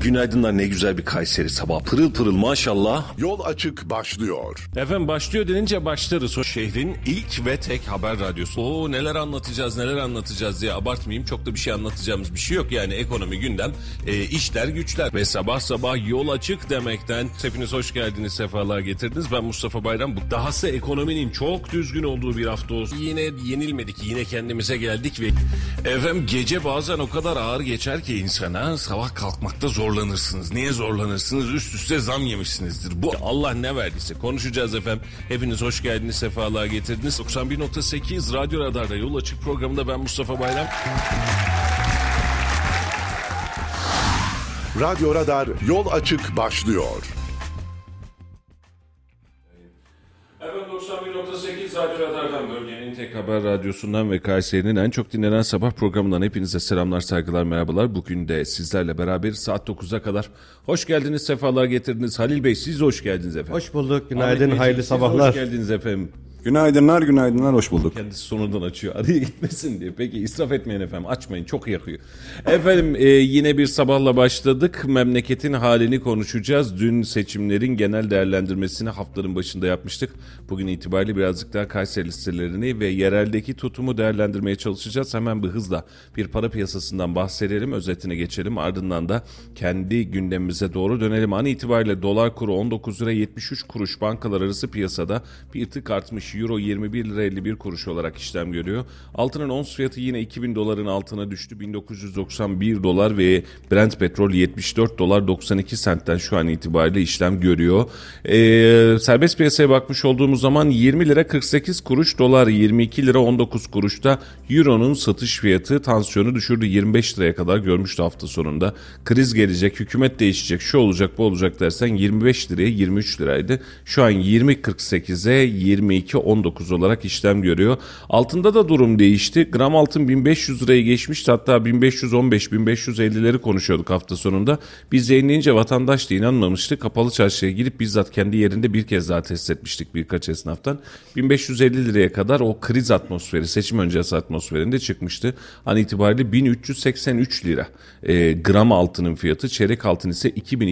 Günaydınlar, ne güzel bir Kayseri sabah. Pırıl pırıl maşallah. Yol Açık başlıyor. Efendim başlıyor denince başlarız. O şehrin ilk ve tek haber radyosu. Oo, neler anlatacağız diye abartmayayım. Çok da bir şey anlatacağımız bir şey yok. Yani ekonomi, gündem, işler güçler. Ve sabah sabah yol açık demekten hepiniz hoş geldiniz, sefalar getirdiniz. Ben Mustafa Bayram. Bu dahası ekonominin çok düzgün olduğu bir hafta olsun. Yine yenilmedik, yine kendimize geldik ve efendim gece bazen o kadar ağır geçer ki insana, sabah kalkmakta zorlanırsınız. Niye zorlanırsınız? Üst üste zam yemişsinizdir. Bu Allah ne verdiyse konuşacağız efendim. Hepiniz hoş geldiniz, sefalar getirdiniz. 91.8 Radyo Radar'da Yol Açık programında ben Mustafa Bayram. Radyo Radar Yol Açık başlıyor. Efendim 91.8 Radyo Radar'dan, bölgenin tek haber radyosundan ve Kayseri'nin en çok dinlenen sabah programından hepinize selamlar, saygılar, merhabalar. Bugün de sizlerle beraber saat 9'a kadar hoş geldiniz, sefalar getirdiniz. Halil Bey, siz hoş geldiniz efendim. Hoş bulduk, günaydın, hayırlı sabahlar. Hoş geldiniz efendim. Günaydınlar, hoş bulduk. Kendisi sonradan açıyor, araya gitmesin diye. Peki israf etmeyin efendim, açmayın, çok yakıyor. Efendim yine bir sabahla başladık. Memleketin halini konuşacağız. Dün seçimlerin genel değerlendirmesini haftanın başında yapmıştık. Bugün itibariyle birazcık daha Kayseri listelerini ve yereldeki tutumu değerlendirmeye çalışacağız. Hemen bir hızla bir para piyasasından bahsedelim, özetine geçelim. Ardından da kendi gündemimize doğru dönelim. An itibariyle dolar kuru 19 lira 73 kuruş, bankalar arası piyasada bir tık artmış. Euro 21 lira 51 kuruş olarak işlem görüyor. Altının ons fiyatı yine 2000 doların altına düştü. 1991 dolar ve Brent petrol 74 dolar 92 sentten şu an itibariyle işlem görüyor. Serbest piyasaya bakmış olduğumuz zaman 20 lira 48 kuruş, dolar 22 lira 19 kuruşta. Euro'nun satış fiyatı tansiyonu düşürdü. 25 liraya kadar görmüştü hafta sonunda. Kriz gelecek, hükümet değişecek, şu olacak bu olacak dersen 25 liraya 23 liraydı. Şu an 20.48'e 22.19 olarak işlem görüyor. Altında da durum değişti. Gram altın 1500 lirayı geçmişti. Hatta 1515-1550'leri konuşuyorduk hafta sonunda. Biz yayınlayınca vatandaş da inanmamıştı. Kapalı çarşıya girip bizzat kendi yerinde bir kez daha test etmiştik birkaç esnaftan. 1550 liraya kadar o kriz atmosferi, seçim öncesi atmosferinde çıkmıştı. An itibariyle 1383 lira. Gram altının fiyatı, çeyrek altın ise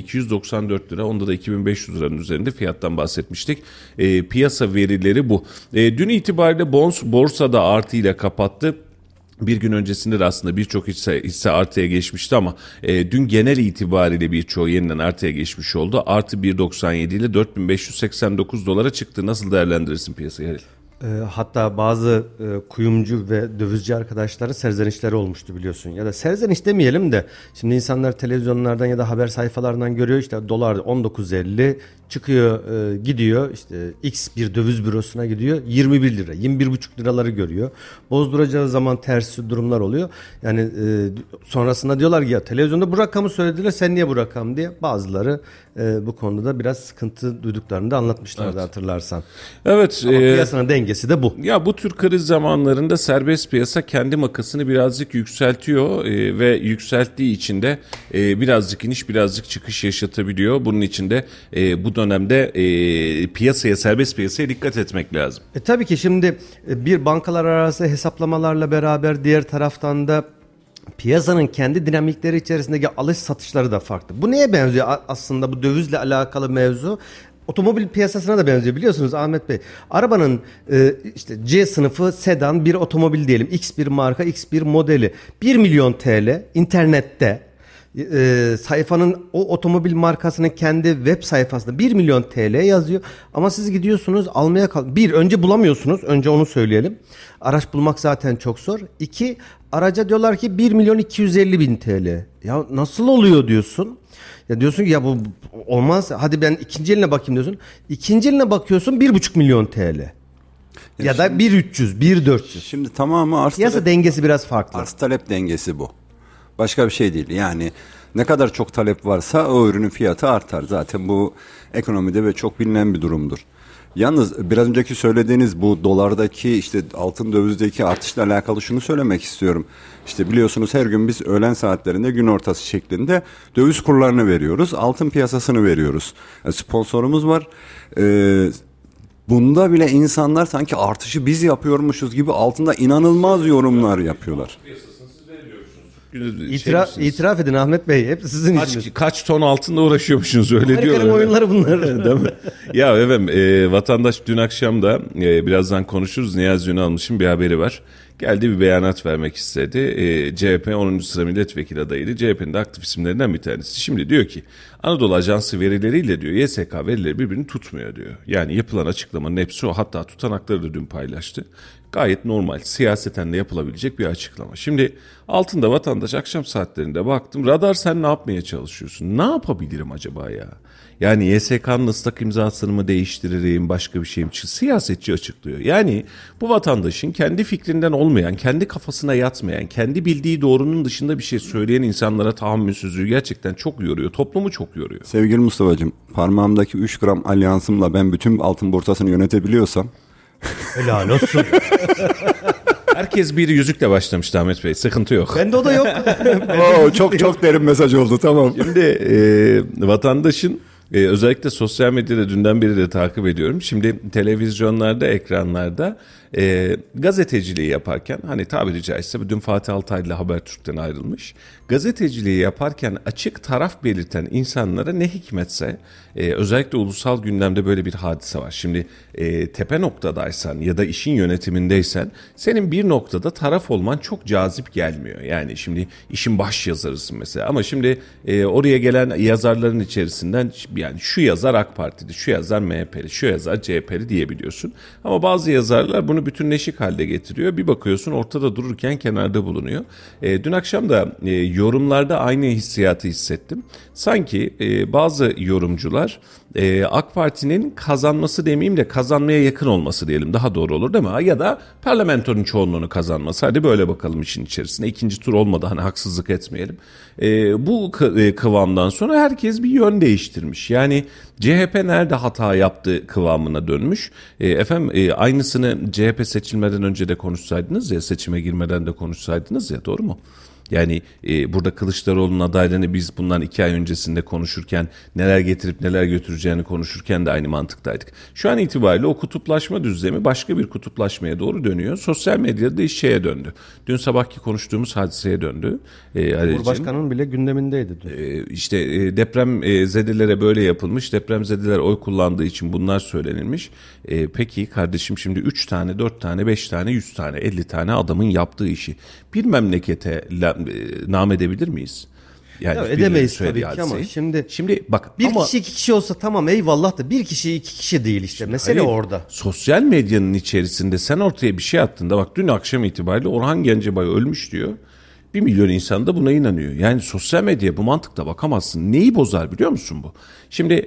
2294 lira. Onda da 2500 liranın üzerinde fiyattan bahsetmiştik. Piyasa verileri bu. Dün itibariyle borsada artıyla kapattı. Bir gün öncesinde de aslında birçok hisse artıya geçmişti ama dün genel itibariyle birçoğu yeniden artıya geçmiş oldu. Artı 1.97 ile 4589 dolara çıktı. Nasıl değerlendirirsin piyasayı Halil? Hatta bazı kuyumcu ve dövizci arkadaşların serzenişleri olmuştu biliyorsun. Ya da serzeniş demeyelim de şimdi insanlar televizyonlardan ya da haber sayfalarından görüyor, işte dolar 19.50 çıkıyor, gidiyor işte X bir döviz bürosuna gidiyor 21 lira 21,5 liraları görüyor. Bozduracağı zaman tersi durumlar oluyor. Yani sonrasında diyorlar ki ya televizyonda bu rakamı söylediler, sen niye bu rakam diye. Bazıları bu konuda da biraz sıkıntı duyduklarını da anlatmışlardı, evet, hatırlarsan. Evet. Ama piyasanın dengesi de bu. Ya bu tür kriz zamanlarında serbest piyasa kendi makasını birazcık yükseltiyor ve yükselttiği için de birazcık iniş birazcık çıkış yaşatabiliyor. Bunun için de bu dönemde piyasaya, serbest piyasaya dikkat etmek lazım. Tabii ki şimdi bir bankalar arası hesaplamalarla beraber diğer taraftan da piyasanın kendi dinamikleri içerisindeki alış satışları da farklı. Bu neye benziyor aslında, bu dövizle alakalı mevzu? Otomobil piyasasına da benziyor biliyorsunuz Ahmet Bey. Arabanın işte C sınıfı sedan bir otomobil diyelim. X bir marka, X bir modeli. 1 milyon TL internette sayfanın o otomobil markasının kendi web sayfasında 1 milyon TL yazıyor. Ama siz gidiyorsunuz almaya önce bulamıyorsunuz. Önce onu söyleyelim. Araç bulmak zaten çok zor. 2, araca diyorlar ki 1 milyon 250 bin TL. Ya nasıl oluyor diyorsun. Ya diyorsun ki ya bu olmaz. Hadi ben ikinci eline bakayım diyorsun. İkinci eline bakıyorsun 1,5 milyon TL. Ya da 1,300, 1,400. Şimdi tamamı arz talep dengesi biraz farklı. Arz talep dengesi bu. Başka bir şey değil. Yani ne kadar çok talep varsa o ürünün fiyatı artar. Zaten bu ekonomide ve çok bilinen bir durumdur. Yalnız biraz önceki söylediğiniz bu dolardaki işte altın dövizdeki artışla alakalı şunu söylemek istiyorum. İşte biliyorsunuz her gün biz öğlen saatlerinde gün ortası şeklinde döviz kurlarını veriyoruz. Altın piyasasını veriyoruz. Yani sponsorumuz var. Bunda bile insanlar sanki artışı biz yapıyormuşuz gibi altında inanılmaz yorumlar yapıyorlar. İtiraf edin Ahmet Bey. Hep sizin işiniz. Kaç ton altında uğraşıyormuşsunuz öyle Amerika'nın diyorlar. oyunları bunlar. Değil mi? Ya efendim vatandaş dün akşam da birazdan konuşuruz. Niyazi Ünalmış'ın bir haberi var. Geldi bir beyanat vermek istedi. CHP 10. sıra milletvekili adayıydı. CHP'nin de aktif isimlerinden bir tanesi. Şimdi diyor ki Anadolu Ajansı verileriyle diyor YSK verileri birbirini tutmuyor diyor. Yani yapılan açıklamanın hepsi o. Hatta tutanakları da dün paylaştı. Gayet normal, siyaseten de yapılabilecek bir açıklama. Şimdi altında vatandaş akşam saatlerinde baktım. Radar sen ne yapmaya çalışıyorsun? Ne yapabilirim acaba ya? Yani YSK'nın ıslak imzasını mı değiştiririm, başka bir şey mi? Siyasetçi açıklıyor. Yani bu vatandaşın kendi fikrinden olmayan, kendi kafasına yatmayan, kendi bildiği doğrunun dışında bir şey söyleyen insanlara tahammülsüzlüğü gerçekten çok yoruyor. Toplumu çok yoruyor. Sevgili Mustafa'cığım, parmağımdaki 3 gram alyansımla ben bütün altın borsasını yönetebiliyorsam Helal olsun. Herkes bir yüzükle başlamıştı Ahmet Bey. Sıkıntı yok. Bende o da yok. çok derin mesaj oldu, tamam. Şimdi vatandaşın özellikle sosyal medyada dünden beri de takip ediyorum. Şimdi televizyonlarda, ekranlarda gazeteciliği yaparken hani tabiri caizse dün Fatih Altaylı Habertürk'ten ayrılmış. Gazeteciliği yaparken açık taraf belirten insanlara ne hikmetse özellikle ulusal gündemde böyle bir hadise var. Şimdi tepe noktadaysan ya da işin yönetimindeysen senin bir noktada taraf olman çok cazip gelmiyor. Yani şimdi işin baş yazarısın mesela ama şimdi oraya gelen yazarların içerisinden yani şu yazar AK Partili, şu yazar MHP'li, şu yazar CHP'li diyebiliyorsun. Ama bazı yazarlar bunu bütünleşik halde getiriyor. Bir bakıyorsun ortada dururken kenarda bulunuyor. Dün akşam da yorumlarda aynı hissiyatı hissettim. Sanki bazı yorumcular AK Parti'nin kazanması demeyeyim de kazanmaya yakın olması diyelim daha doğru olur değil mi? Ya da parlamentonun çoğunluğunu kazanması. Hadi böyle bakalım işin içerisine. İkinci tur olmadı hani haksızlık etmeyelim. Bu kıvamdan sonra herkes bir yön değiştirmiş. Yani CHP nerede hata yaptı kıvamına dönmüş. Aynısını CHP seçilmeden önce de konuşsaydınız ya, seçime girmeden de konuşsaydınız ya, doğru mu? Yani burada Kılıçdaroğlu'nun adaylığını biz bundan 2 ay öncesinde konuşurken neler getirip neler götüreceğini konuşurken de aynı mantıktaydık. Şu an itibariyle o kutuplaşma düzlemi başka bir kutuplaşmaya doğru dönüyor. Sosyal medyada iş şeye döndü. Dün sabahki konuştuğumuz hadiseye döndü. Cumhurbaşkanının bile gündemindeydi. İşte depremzedelere böyle yapılmış. Depremzedeler oy kullandığı için bunlar söylenilmiş. Peki kardeşim şimdi 3 tane, 4 tane, 5 tane, 100 tane, 50 tane adamın yaptığı işi bir memlekete nam edebilir miyiz? Yani ya edemeyiz tabii ki ama şimdi bak bir kişi 2 kişi olsa tamam eyvallah da bir kişi 2 kişi değil işte. Mesele hayır, orada. Sosyal medyanın içerisinde sen ortaya bir şey attığında bak dün akşam itibariyle Orhan Gencebay ölmüş diyor. 1 milyon insan da buna inanıyor. Yani sosyal medyaya bu mantıkla bakamazsın. Neyi bozar biliyor musun bu? Şimdi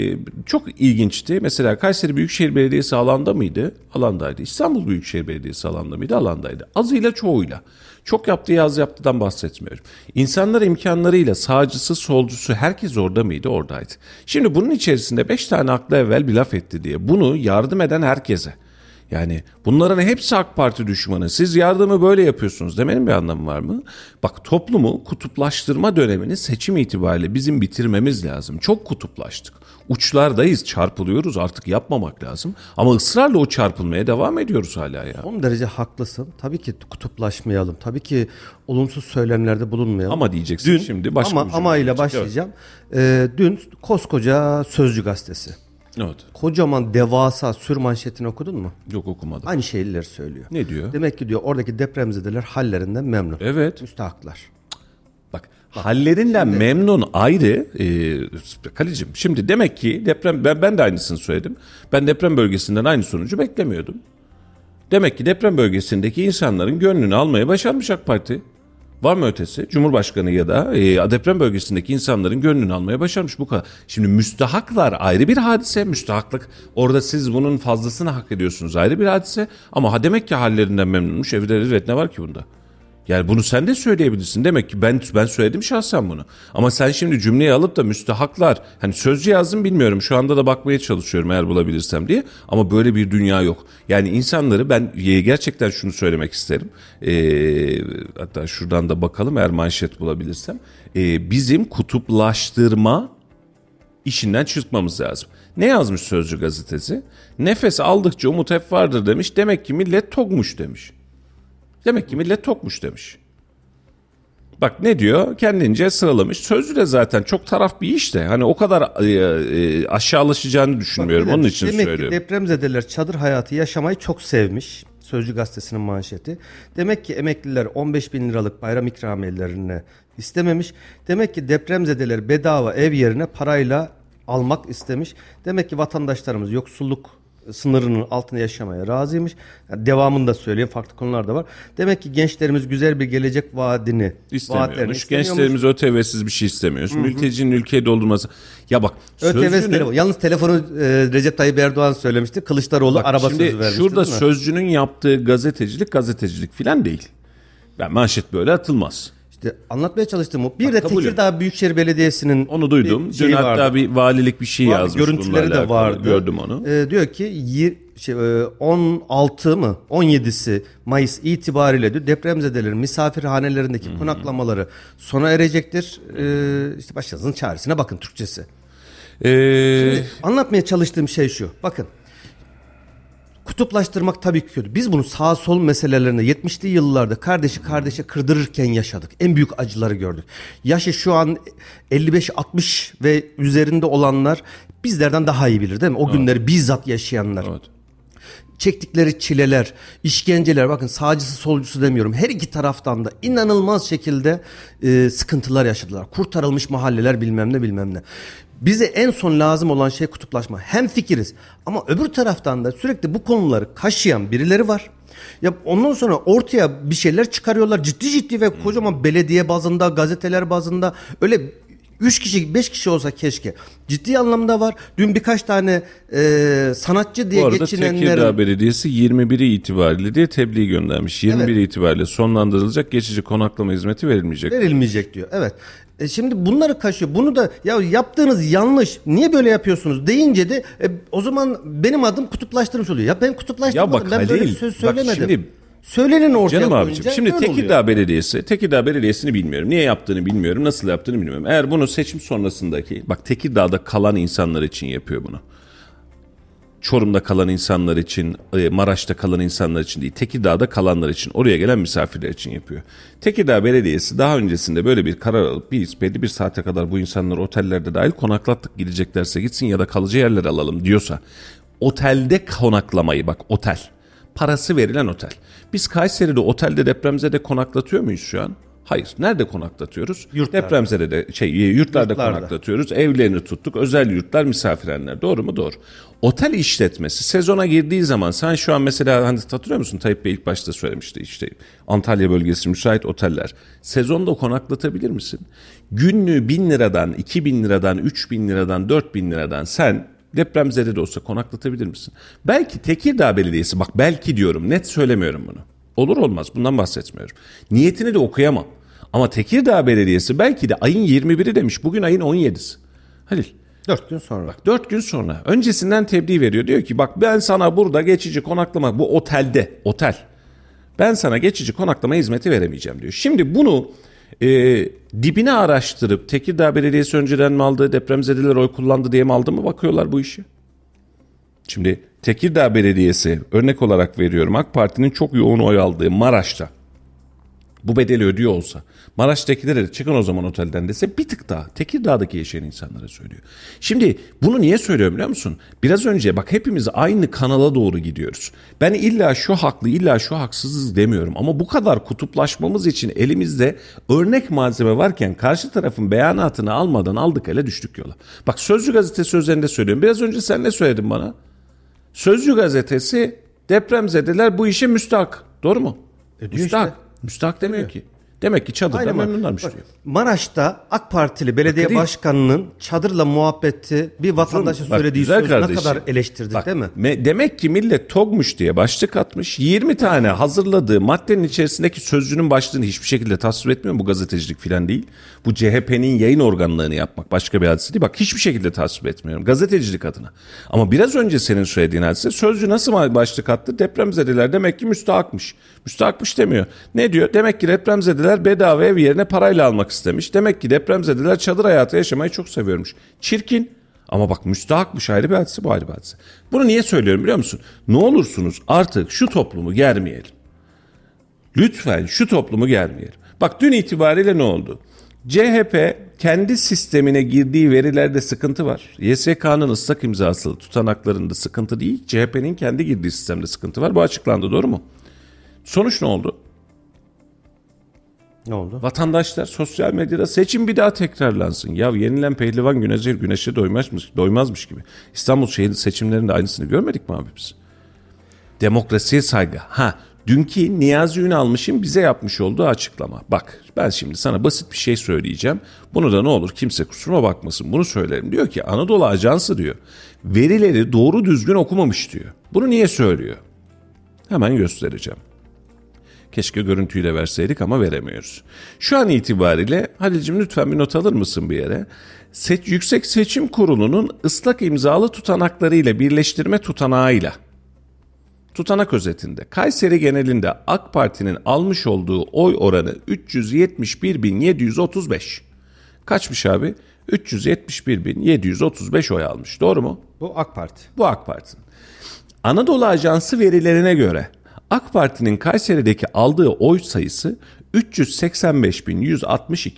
çok ilginçti. Mesela Kayseri Büyükşehir Belediyesi alanda mıydı? Alandaydı. İstanbul Büyükşehir Belediyesi alanda mıydı? Alandaydı. Azıyla çoğuyla. Çok yaptığı az yaptıdan bahsetmiyorum. İnsanlar imkanlarıyla sağcısı solcusu herkes orada mıydı? Oradaydı. Şimdi bunun içerisinde 5 tane aklı evvel bir laf etti diye bunu yardım eden herkese. Yani bunların hepsi AK Parti düşmanı. Siz yardımı böyle yapıyorsunuz demenin bir anlamı var mı? Bak toplumu kutuplaştırma dönemini seçim itibariyle bizim bitirmemiz lazım. Çok kutuplaştık. Uçlardayız, çarpılıyoruz, artık yapmamak lazım. Ama ısrarla o çarpılmaya devam ediyoruz hala ya. Son derece haklısın. Tabii ki kutuplaşmayalım. Tabii ki olumsuz söylemlerde bulunmayalım. Ama diyeceksin şimdi başka bir ama ile başlayacağım. Dün koskoca Sözcü gazetesi. Evet. Kocaman devasa sürmanşetini okudun mu? Yok okumadım. Aynı şeyleri söylüyor. Ne diyor? Demek ki diyor oradaki depremzedeler hallerinden memnun. Evet. Müstahaklar. Bak hallerinden memnun ayrı Kalecim. Şimdi demek ki deprem ben de aynısını söyledim. Ben deprem bölgesinden aynı sonucu beklemiyordum. Demek ki deprem bölgesindeki insanların gönlünü almaya başarmış AK Parti. Var mı ötesi? Cumhurbaşkanı ya da deprem bölgesindeki insanların gönlünü almaya başarmış, bu kadar. Şimdi müstahaklar ayrı bir hadise. Müstahaklık orada siz bunun fazlasını hak ediyorsunuz ayrı bir hadise. Ama demek ki hallerinden memnunmuş. Evet ne var ki bunda? Yani bunu sen de söyleyebilirsin. Demek ki ben söyledim şahsen bunu. Ama sen şimdi cümleyi alıp da müstahaklar, hani sözcü yazdım bilmiyorum. Şu anda da bakmaya çalışıyorum eğer bulabilirsem diye. Ama böyle bir dünya yok. Yani insanları ben gerçekten şunu söylemek isterim. Hatta şuradan da bakalım eğer manşet bulabilirsem. Bizim kutuplaştırma işinden çıkmamız lazım. Ne yazmış Sözcü gazetesi? Nefes aldıkça umut hep vardır demiş. Demek ki millet tokmuş demiş. Demek ki millet tokmuş demiş. Bak ne diyor? Kendince sıralamış. Sözlü de zaten çok taraf bir iş de. Hani o kadar aşağılaşacağını düşünmüyorum. Onun için demek söylüyorum. Demek ki depremzedeler çadır hayatı yaşamayı çok sevmiş. Sözcü gazetesinin manşeti. Demek ki emekliler 15 bin liralık bayram ikramiyelerini istememiş. Demek ki depremzedeler bedava ev yerine parayla almak istemiş. Demek ki vatandaşlarımız yoksulluk sınırının altında yaşamaya razıymış. Yani devamını da söyleyeyim, farklı konular da var. Demek ki gençlerimiz güzel bir gelecek vaatlerini İstemiyormuş. Gençlerimiz ÖTV'siz bir şey istemiyoruz. Mültecinin ülkeyi doldurması. Ya bak ÖTV'siz telefon. Yalnız telefonu Recep Tayyip Erdoğan söylemişti. Kılıçdaroğlu araba sözü vermişti. Şurada Sözcü'nün yaptığı gazetecilik filan değil. Yani manşet böyle atılmaz. İşte anlatmaya çalıştığım o. Bir de Tekirdağ Büyükşehir Belediyesi'nin onu duydum. Dün hatta vardı. Bir valilik bir şey yazmış. Görüntüleri de vardı. Gördüm onu. Diyor ki 16 mı 17'si Mayıs itibariyle diyor, depremzedelerin misafirhanelerindeki konaklamaları sona erecektir. İşte başınızın çaresine bakın Türkçesi. Şimdi anlatmaya çalıştığım şey şu. Bakın. Kutuplaştırmak tabii ki kötü. Biz bunu sağ sol meselelerinde 70'li yıllarda kardeşi kardeşe kırdırırken yaşadık. En büyük acıları gördük. Yaşı şu an 55-60 ve üzerinde olanlar bizlerden daha iyi bilir değil mi? O günleri bizzat yaşayanlar. Evet. Çektikleri çileler, işkenceler, bakın sağcısı solcusu demiyorum. Her iki taraftan da inanılmaz şekilde sıkıntılar yaşadılar. Kurtarılmış mahalleler bilmem ne. Bize en son lazım olan şey kutuplaşma. Hem fikiriz ama öbür taraftan da sürekli bu konuları kaşıyan birileri var. Ya ondan sonra ortaya bir şeyler çıkarıyorlar ciddi ve kocaman belediye bazında, gazeteler bazında, öyle 3 kişi 5 kişi olsa keşke. Ciddi anlamda var. Dün birkaç tane sanatçı diye geçinenlerin... Bu arada Tekirdağ Belediyesi 21'i itibariyle diye tebliğ göndermiş. 21 itibariyle sonlandırılacak, geçici konaklama hizmeti verilmeyecek. Verilmeyecek diyor. Evet. Şimdi bunları kaşıyor. Bunu da ya yaptığınız yanlış. Niye böyle yapıyorsunuz deyince de o zaman benim adım kutuplaştırmış oluyor. Ya ben kutuplaştırmadım. Ya bak, ben böyle bir söz söylemedim. Şimdi, söylenin ortaya canım koyunca. Abicim, şimdi Tekirdağ Belediyesi'ni bilmiyorum. Niye yaptığını bilmiyorum. Nasıl yaptığını bilmiyorum. Eğer bunu seçim sonrasındaki, bak Tekirdağ'da kalan insanlar için yapıyor bunu. Çorum'da kalan insanlar için, Maraş'ta kalan insanlar için değil, Tekirdağ'da kalanlar için, oraya gelen misafirler için yapıyor. Tekirdağ Belediyesi daha öncesinde böyle bir karar alıp belli bir saate kadar bu insanları otellerde dahil konaklattık, gideceklerse gitsin ya da kalıcı yerler alalım diyorsa, otelde konaklamayı, bak otel, parası verilen otel. Biz Kayseri'de otelde depremzede konaklatıyor muyuz şu an? Hayır. Nerede konaklatıyoruz? Depremzede'de yurtlarda konaklatıyoruz. Evlerini tuttuk. Özel yurtlar, misafirhaneler. Doğru mu? Doğru. Otel işletmesi sezona girdiği zaman, sen şu an mesela hani hatırlıyor musun? Tayyip Bey ilk başta söylemişti, işte Antalya bölgesi müsait oteller. Sezonda konaklatabilir misin? Günlüğü 1000 liradan, 2000 liradan, 3000 liradan, 4000 liradan sen depremzede de olsa konaklatabilir misin? Belki Tekirdağ Belediyesi, bak belki diyorum, net söylemiyorum bunu. Olur olmaz, bundan bahsetmiyorum. Niyetini de okuyamam. Ama Tekirdağ Belediyesi belki de ayın 21'i demiş. Bugün ayın 17'si. Halil. 4 gün sonra. Bak 4 gün sonra. Öncesinden tebliğ veriyor. Diyor ki bak ben sana burada geçici konaklama, bu otel. Ben sana geçici konaklama hizmeti veremeyeceğim diyor. Şimdi bunu dibine araştırıp Tekirdağ Belediyesi önceden mi aldı, depremzedeler oy kullandı diye mi aldı mı bakıyorlar bu işi? Şimdi Tekirdağ Belediyesi, örnek olarak veriyorum, AK Parti'nin çok yoğun oy aldığı Maraş'ta bu bedeli ödüyor olsa, Maraş'takilere de çıkın o zaman otelden dese, bir tık daha Tekirdağ'daki yaşayan insanlara söylüyor. Şimdi bunu niye söylüyorum biliyor musun? Biraz önce bak, hepimiz aynı kanala doğru gidiyoruz. Ben illa şu haklı, illa şu haksızız demiyorum ama bu kadar kutuplaşmamız için elimizde örnek malzeme varken karşı tarafın beyanatını almadan aldık, ele düştük yola. Bak Sözcü gazetesi üzerinde söylüyorum. Biraz önce sen ne söyledin bana? Sözcü gazetesi depremzedeler bu işe müstahak. Doğru mu? Müstahak. Işte. Müstahak demiyor ki. Demek ki çadırda memnunlarmış diyor. Maraş'ta AK Partili belediye başkanının çadırla muhabbeti bir vatandaşa söylediği söz ne kadar eleştirdik, bak, değil mi? Demek ki millet TOG'muş diye başlık atmış. 20 tane hazırladığı maddenin içerisindeki sözcünün başlığını hiçbir şekilde tasvip etmiyor. Bu gazetecilik falan değil. Bu CHP'nin yayın organlığını yapmak başka bir hadise değil. Bak hiçbir şekilde tasvip etmiyorum gazetecilik adına. Ama biraz önce senin söylediğin hadise, sözcü nasıl başlık attı? Depremzedeler demek ki müstahakmış. Müstahakmış demiyor. Ne diyor? Demek ki depremzedeler bedava ev yerine parayla almak istemiş. Demek ki depremzedeler çadır hayatı yaşamayı çok seviyormuş. Çirkin. Ama bak müstahakmış, ayrı bir hadise, bu ayrı bir hadise. Bunu niye söylüyorum biliyor musun? Ne olursunuz artık şu toplumu germeyelim. Lütfen şu toplumu germeyelim. Bak dün itibariyle ne oldu? CHP kendi sistemine girdiği verilerde sıkıntı var. YSK'nın ıslak imzasılı tutanaklarında sıkıntı değil. CHP'nin kendi girdiği sistemde sıkıntı var. Bu açıklandı, doğru mu? Sonuç ne oldu? Ne oldu? Vatandaşlar sosyal medyada seçim bir daha tekrarlansın. Ya yenilen pehlivan güneşe doymazmış gibi. İstanbul şehir seçimlerinde aynısını görmedik mi abi biz? Demokrasiye saygı. Dünkü Niyazi Ünalmış'ın bize yapmış olduğu açıklama. Bak ben şimdi sana basit bir şey söyleyeceğim. Bunu da ne olur kimse kusuruma bakmasın bunu söylerim. Diyor ki Anadolu Ajansı diyor verileri doğru düzgün okumamış diyor. Bunu niye söylüyor? Hemen göstereceğim. Keşke görüntüyle verseydik ama veremiyoruz. Şu an itibariyle Halil'cim lütfen bir not alır mısın bir yere? Yüksek Seçim Kurulu'nun ıslak imzalı tutanaklarıyla birleştirme tutanağıyla tutanak özetinde Kayseri genelinde AK Parti'nin almış olduğu oy oranı 371.735. Kaçmış abi? 371.735 oy almış. Doğru mu? Bu AK Parti. Bu AK Parti'nin. Anadolu Ajansı verilerine göre AK Parti'nin Kayseri'deki aldığı oy sayısı 385.162.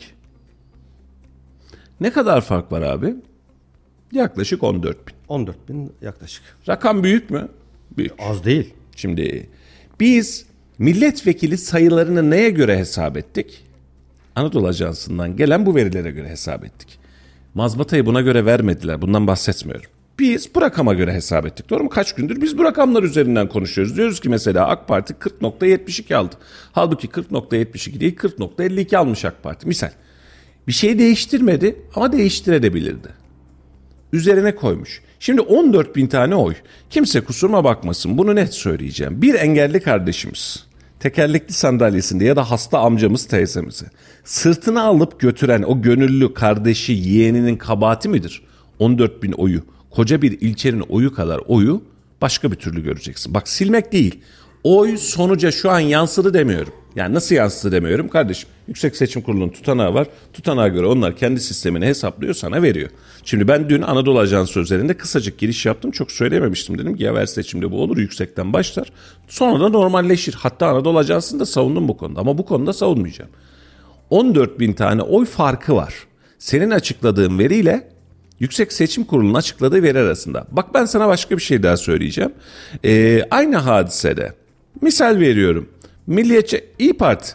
Ne kadar fark var abi? Yaklaşık 14.000. 14.000 yaklaşık. Rakam büyük mü? Büyük. Az değil. Şimdi biz milletvekili sayılarını neye göre hesap ettik? Anadolu Ajansı'ndan gelen bu verilere göre hesap ettik. Mazbatayı buna göre vermediler. Bundan bahsetmiyorum. Biz bu rakama göre hesap ettik. Doğru mu? Kaç gündür biz bu rakamlar üzerinden konuşuyoruz. Diyoruz ki mesela AK Parti 40.72 aldı. Halbuki 40.72 değil 40.52 almış AK Parti. Misal. Bir şey değiştirmedi ama değiştirebilirdi. Üzerine koymuş. Şimdi 14.000 tane oy. Kimse kusuruma bakmasın. Bunu net söyleyeceğim. Bir engelli kardeşimiz tekerlekli sandalyesinde ya da hasta amcamız teyzemizi sırtına alıp götüren o gönüllü kardeşi yeğeninin kabahati midir? 14.000 oyu, koca bir ilçenin oyu kadar oyu başka bir türlü göreceksin. Bak silmek değil. Oy sonuca şu an yansıdı demiyorum. Yani nasıl yansıdı demiyorum kardeşim. Yüksek Seçim Kurulu'nun tutanağı var. Tutanağa göre onlar kendi sistemini hesaplıyor, sana veriyor. Şimdi ben dün Anadolu Ajansı üzerinde kısacık giriş yaptım. Çok söyleyememiştim. Dedim ki ya seçimde bu olur, yüksekten başlar. Sonra da normalleşir. Hatta Anadolu Ajansı'nı da savundum bu konuda. Ama bu konuda savunmayacağım. 14.000 tane oy farkı var. Senin açıkladığın veriyle Yüksek Seçim Kurulu'nun açıkladığı veri arasında. Bak ben sana başka bir şey daha söyleyeceğim. Aynı hadisede misal veriyorum. Milliyetçi İYİ Parti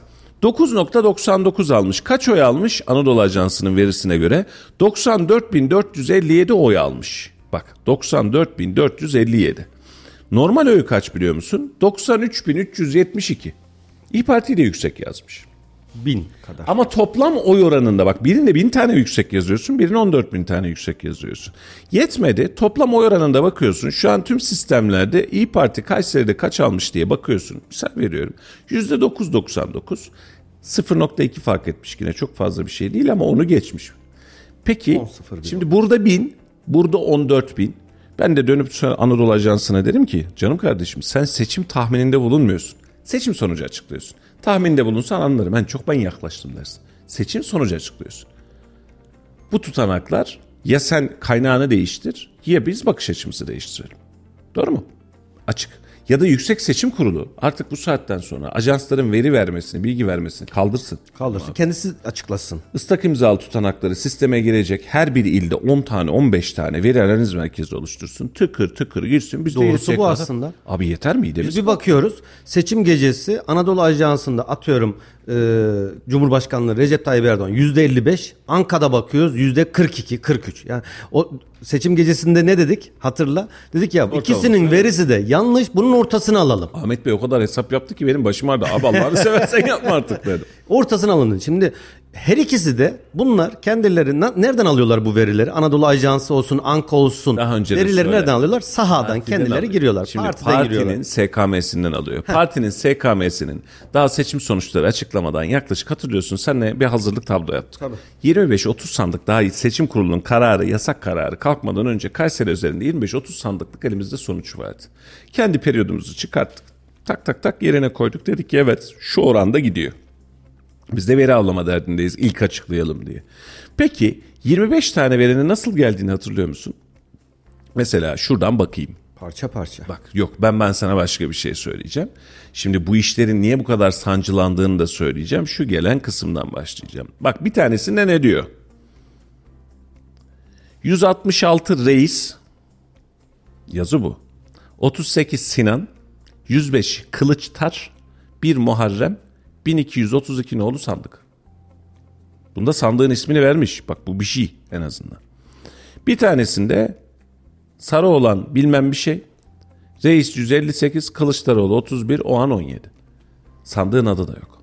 9.99 almış. Kaç oy almış? Anadolu Ajansı'nın verisine göre 94.457 oy almış. Bak 94.457. Normal oyu kaç biliyor musun? 93.372. İYİ Parti de yüksek yazmış. 1000 kadar. Ama toplam oy oranında bak birinde 1000 tane yüksek yazıyorsun, birine 14.000 tane yüksek yazıyorsun. Yetmedi, toplam oy oranında bakıyorsun. Şu an tüm sistemlerde İYİ Parti Kayseri'de kaç almış diye bakıyorsun. Misal veriyorum. %9.99. 0.2 fark etmiş yine, çok fazla bir şey değil ama onu geçmiş. Peki şimdi burada 1000, burada 14.000. Ben de dönüp Anadolu Ajansı'na derim ki canım kardeşim sen seçim tahmininde bulunmuyorsun. Seçim sonucu açıklıyorsun. Tahminde bulunsan anlarım. Ben yaklaştım dersin. Seçim sonucu açıklıyorsun. Bu tutanaklar ya sen kaynağını değiştir ya biz bakış açımızı değiştirelim. Doğru mu? Açık. Ya da Yüksek Seçim Kurulu artık bu saatten sonra ajansların veri vermesini, bilgi vermesini kaldırsın. Kaldırsın. Kendisi açıklasın. Islak imzalı tutanakları sisteme girecek her bir ilde 10 tane 15 tane veri analiz merkezi oluştursun. Tıkır tıkır girsin. Biz Doğrusu de bu aslında. Abi yeter miydi? Biz bir bakıyoruz. Seçim gecesi Anadolu Ajansı'nda atıyorum Cumhurbaşkanlığı Recep Tayyip Erdoğan %55. Anka'da bakıyoruz %42, 43. Yani o seçim gecesinde ne dedik? Hatırla. Dedik ya ikisinin verisi de yanlış. Bunun ortasını alalım. Ahmet Bey o kadar hesap yaptı ki benim başım ağrıdı. Abi Allah'ını seversen yapma artık dedim. Ortasını alın. Şimdi her ikisi de bunlar kendileri nereden alıyorlar bu verileri? Anadolu Ajansı olsun, Anka olsun. Daha önce de verileri söyle. nereden alıyorlar? Sahadan Partiden kendileri alıyor. giriyorlar. Şimdi Partiden giriyorlar. partinin SKM'sinden alıyor. Partinin SKM'sinin daha seçim sonuçları açıklamadan yaklaşık hatırlıyorsun senle bir hazırlık tablo yaptık. Tabii. 25-30 sandık daha seçim kurulunun kararı, yasak kararı kalkmadan önce Kayseri üzerinde 25-30 sandıklık elimizde sonuç vardı. Kendi periyodumuzu çıkarttık. Tak tak yerine koyduk. Dedik ki evet şu oranda gidiyor. Biz de veri avlama derdindeyiz. İlk açıklayalım diye. Peki 25 tane verinin nasıl geldiğini hatırlıyor musun? Mesela şuradan bakayım. Parça parça. Bak yok ben sana başka bir şey söyleyeceğim. Şimdi bu işlerin niye bu kadar sancılandığını da söyleyeceğim. Şu gelen kısımdan başlayacağım. Bak bir tanesinde ne diyor? 166 reis, yazı bu. 38 Sinan, 105 Kılıçtar, 1 Muharrem, 1232 nolu sandık. Bunda sandığın ismini vermiş. Bak bu bir şey en azından. Bir tanesinde sarı olan bilmem bir şey. Reis 158, Kılıçdaroğlu 31, Oğan 17. Sandığın adı da yok.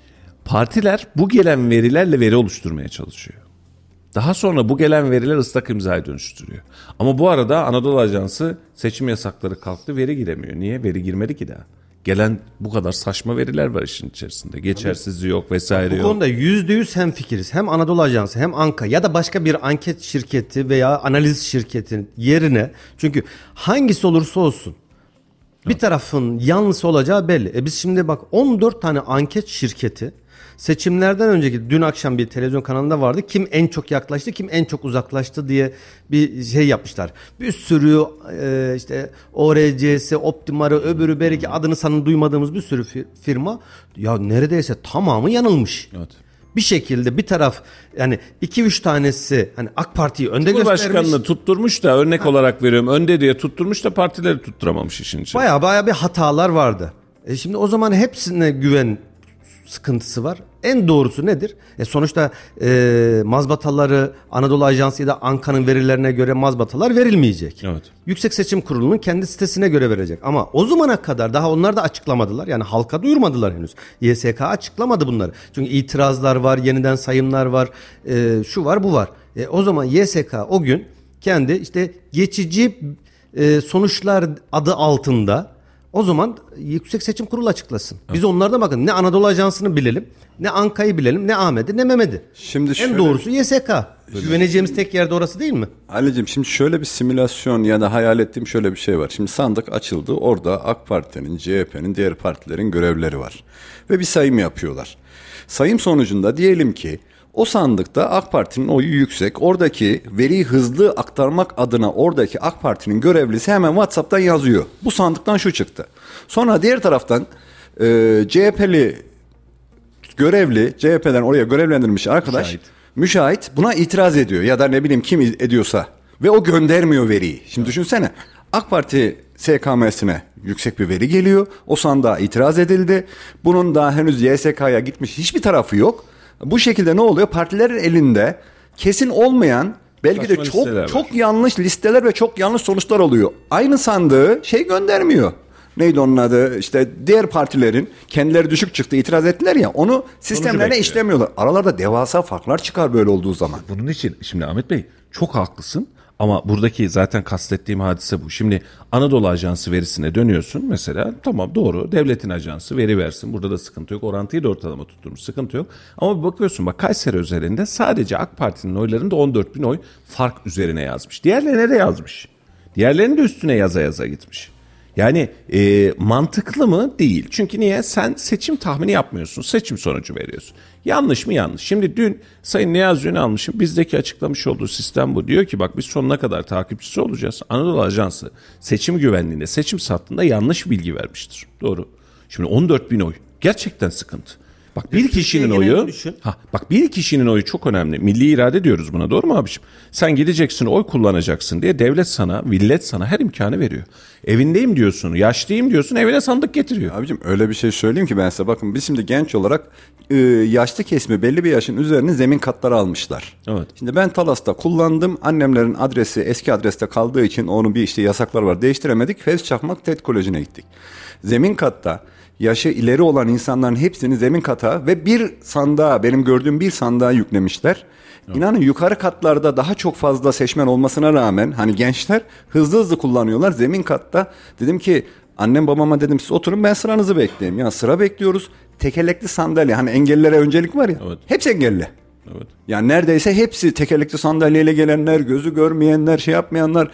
Partiler bu gelen verilerle veri oluşturmaya çalışıyor. Daha sonra bu gelen veriler ıslak imzaya dönüştürüyor. Ama bu arada Anadolu Ajansı seçim yasakları kalktı, veri giremiyor. Niye? Veri girmedi ki daha. Gelen bu kadar saçma veriler var işin içerisinde. Geçersizliği yok vesaire yok. Bu konuda %100 hemfikiriz. Hem Anadolu Ajansı hem Anka ya da başka bir anket şirketi veya analiz şirketinin yerine, çünkü hangisi olursa olsun bir tarafın yanlısı olacağı belli. Biz şimdi bak 14 tane anket şirketi seçimlerden önceki, dün akşam bir televizyon kanalında vardı. Kim en çok yaklaştı, kim en çok uzaklaştı diye bir şey yapmışlar. Bir sürü işte ORC'si, Optimar'ı, öbürü belki adını sanını duymadığımız bir sürü firma. Ya neredeyse tamamı yanılmış. Evet. Bir şekilde bir taraf, yani 2-3 tanesi hani AK Parti'yi önde göstermiş. Cumhurbaşkanını tutturmuş da örnek olarak veriyorum. Önde diye tutturmuş da partileri tutturamamış işin içinde. Baya bir hatalar vardı. Şimdi o zaman hepsine güven sıkıntısı var. En doğrusu nedir? Sonuçta mazbataları Anadolu Ajansı ya da Anka'nın verilerine göre mazbatalar verilmeyecek. Evet. Yüksek Seçim Kurulu'nun kendi sitesine göre verecek. Ama o zamana kadar daha onlar da açıklamadılar. Yani halka duyurmadılar henüz. YSK açıklamadı bunları. Çünkü itirazlar var, yeniden sayımlar var, şu var, bu var. O zaman YSK o gün kendi işte geçici sonuçlar adı altında o zaman Yüksek Seçim Kurulu açıklasın. Biz onlardan bakın, ne Anadolu Ajansı'nı bilelim, ne Anka'yı bilelim, ne Ahmet'i, ne Mehmet'i. Şimdi en şöyle, doğrusu YSK. Güveneceğimiz tek yerde orası değil mi? Ali'cim şimdi şöyle bir simülasyon ya da hayal ettiğim şöyle bir şey var. Şimdi sandık açıldı. Orada AK Parti'nin, CHP'nin, diğer partilerin görevlileri var. Ve bir sayım yapıyorlar. Sayım sonucunda diyelim ki o sandıkta AK Parti'nin oyu yüksek. Oradaki veriyi hızlı aktarmak adına oradaki AK Parti'nin görevlisi hemen WhatsApp'tan yazıyor. Bu sandıktan şu çıktı. Sonra diğer taraftan CHP'li görevli, CHP'den oraya görevlendirilmiş arkadaş, müşahit buna itiraz ediyor ya da ne bileyim kim ediyorsa ve o göndermiyor veriyi. Şimdi düşünsene, AK Parti SKM'sine yüksek bir veri geliyor. O sandığa itiraz edildi. Bunun daha henüz YSK'ya gitmiş hiçbir tarafı yok. Bu şekilde ne oluyor? Partilerin elinde kesin olmayan, belki saçma de çok yanlış listeler ve çok yanlış sonuçlar oluyor. Aynı sandığı göndermiyor. Neydi onun adı? İşte diğer partilerin kendileri düşük çıktı, itiraz ettiler ya, onu sistemlerine işlemiyorlar. Aralarda devasa farklar çıkar böyle olduğu zaman. Bunun için şimdi Ahmet Bey çok haklısın. Ama buradaki zaten kastettiğim hadise bu. Şimdi Anadolu Ajansı verisine dönüyorsun mesela, tamam doğru, devletin ajansı veri versin, burada da sıkıntı yok, orantıyı da ortalama tutturmuş, sıkıntı yok. Ama bir bakıyorsun bak Kayseri özelinde sadece AK Parti'nin oylarında 14 bin oy fark üzerine yazmış. Diğerlerine de yazmış. Diğerlerini de üstüne yaza gitmiş. Yani mantıklı mı? Değil. Çünkü niye? Sen seçim tahmini yapmıyorsun. Seçim sonucu veriyorsun. Yanlış mı? Yanlış. Şimdi dün Sayın Niyazi Ünalmış'ın bizdeki açıklamış olduğu sistem bu. Diyor ki bak biz sonuna kadar takipçisi olacağız. Anadolu Ajansı seçim güvenliğinde, seçim sattığında yanlış bilgi vermiştir. Doğru. Şimdi 14 bin oy. Gerçekten sıkıntı. Bak bir kişinin oyu, bak bir kişinin oyu çok önemli. Milli irade diyoruz buna, doğru mu abiciğim? Sen gideceksin, oy kullanacaksın diye devlet sana, millet sana her imkanı veriyor. Evindeyim diyorsun, yaşlıyım diyorsun, evine sandık getiriyor. Abicim öyle bir şey söyleyeyim ki ben size, bakın biz şimdi genç olarak yaşlı kesimi belli bir yaşın üzerine zemin katları almışlar. Evet. Şimdi ben Talas'ta kullandım. Annemlerin adresi eski adreste kaldığı için onun bir yasaklar var, değiştiremedik. Fevzi Çakmak TED Koleji'ne gittik. Zemin katta yaşı ileri olan insanların hepsini zemin kata ve bir sandığa, benim gördüğüm bir sandığa yüklemişler. Evet. İnanın yukarı katlarda daha çok fazla seçmen olmasına rağmen hani gençler hızlı kullanıyorlar. Zemin katta dedim ki annem babama dedim siz oturun, ben sıranızı bekleyeyim. Ya sıra bekliyoruz. Tekerlekli sandalye, hani engellilere öncelik var ya. Evet. Hepsi engelli. Evet. Yani neredeyse hepsi tekerlekli sandalyeyle gelenler, gözü görmeyenler, şey yapmayanlar.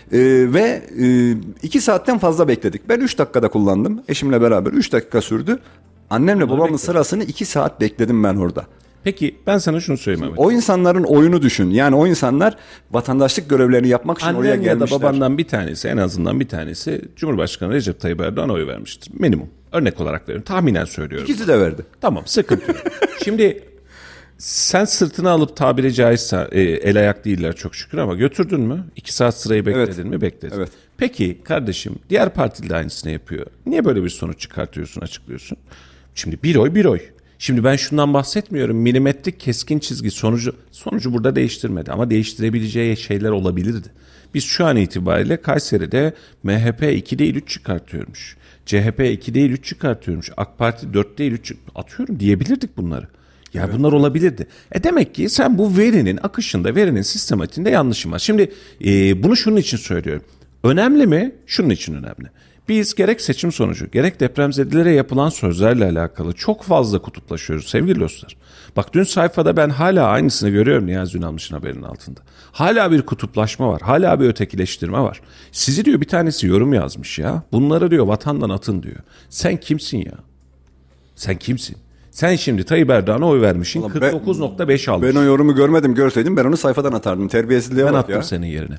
Ve 2 saatten fazla bekledik. Ben 3 dakikada kullandım. Eşimle beraber 3 dakika sürdü. Annemle babamın sırasını 2 saat bekledim ben orada. Peki ben sana şunu söyleyeyim Mehmet. O insanların oyunu düşün. Yani o insanlar vatandaşlık görevlerini yapmak için oraya Annen ya da gelmişler. babandan bir tanesi, en azından bir tanesi Cumhurbaşkanı Recep Tayyip Erdoğan'a oy vermiştir. Minimum. Örnek olarak veriyorum. Tahminen söylüyorum. İkisi de verdi. Tamam, sıkıntı yok. Şimdi sen sırtına alıp tabiri caizse el ayak değiller çok şükür ama götürdün mü? 2 saat sırayı bekledin mi? Bekledin. Evet. Peki kardeşim, diğer parti de aynısını yapıyor. Niye böyle bir sonuç çıkartıyorsun, açıklıyorsun? Şimdi bir oy bir oy. Şimdi ben şundan bahsetmiyorum. Milimetrik keskin çizgi sonucu burada değiştirmedi ama değiştirebileceği şeyler olabilirdi. Biz şu an itibariyle Kayseri'de MHP 2 değil 3 çıkartıyormuş. CHP 2 değil 3 çıkartıyormuş. AK Parti 4 değil 3 atıyorum diyebilirdik bunları. Ya evet. Bunlar olabilirdi. Demek ki sen bu verinin akışında, verinin sistematiğinde yanlışın var. Şimdi bunu şunun için söylüyorum. Önemli mi? Şunun için önemli. Biz gerek seçim sonucu, gerek depremzedelere yapılan sözlerle alakalı çok fazla kutuplaşıyoruz sevgili dostlar. Bak dün sayfada ben hala aynısını görüyorum Niyazi Ünalmış'ın haberinin altında. Hala bir kutuplaşma var, hala bir ötekileştirme var. Sizi diyor bir tanesi yorum yazmış ya. Bunları diyor vatandan atın diyor. Sen kimsin ya? Sen kimsin? Sen şimdi Tayyip Erdoğan'a oy vermişsin, 49.5 almış. Ben o yorumu görmedim, görseydim ben onu sayfadan atardım. Terbiyesizliğe ben bak attım ya. senin yerine.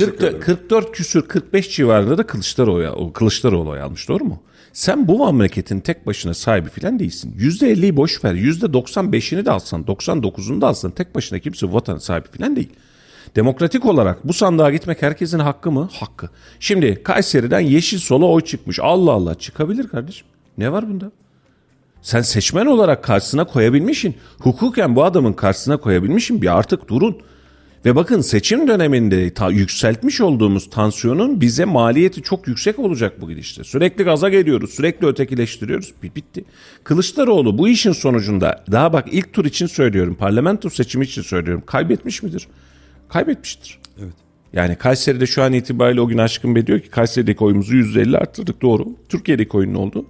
44 küsür 45 civarında da Kılıçdaroğlu oy almış, doğru mu? Sen bu memleketin tek başına sahibi falan değilsin. %50'yi boş ver, %95'ini de alsan, 99'unu da alsan tek başına kimse bu vatanın sahibi falan değil. Demokratik olarak bu sandığa gitmek herkesin hakkı mı? Hakkı. Şimdi Kayseri'den Yeşil Sol'a oy çıkmış. Allah Allah, çıkabilir kardeşim. Ne var bunda? Sen seçmen olarak karşısına koyabilmişsin. Hukuken bu adamın karşısına koyabilmişsin. Bir artık durun. Ve bakın seçim döneminde yükseltmiş olduğumuz tansiyonun bize maliyeti çok yüksek olacak bu gidişte. Sürekli gaza geliyoruz, sürekli ötekileştiriyoruz. Bitti. Kılıçdaroğlu bu işin sonucunda, daha bak ilk tur için söylüyorum, parlamento seçimi için söylüyorum, kaybetmiş midir? Kaybetmiştir. Evet. Yani Kayseri'de şu an itibariyle o gün Aşkın Bey diyor ki Kayseri'deki oyumuzu %50 arttırdık, doğru. Türkiye'deki oyun ne oldu?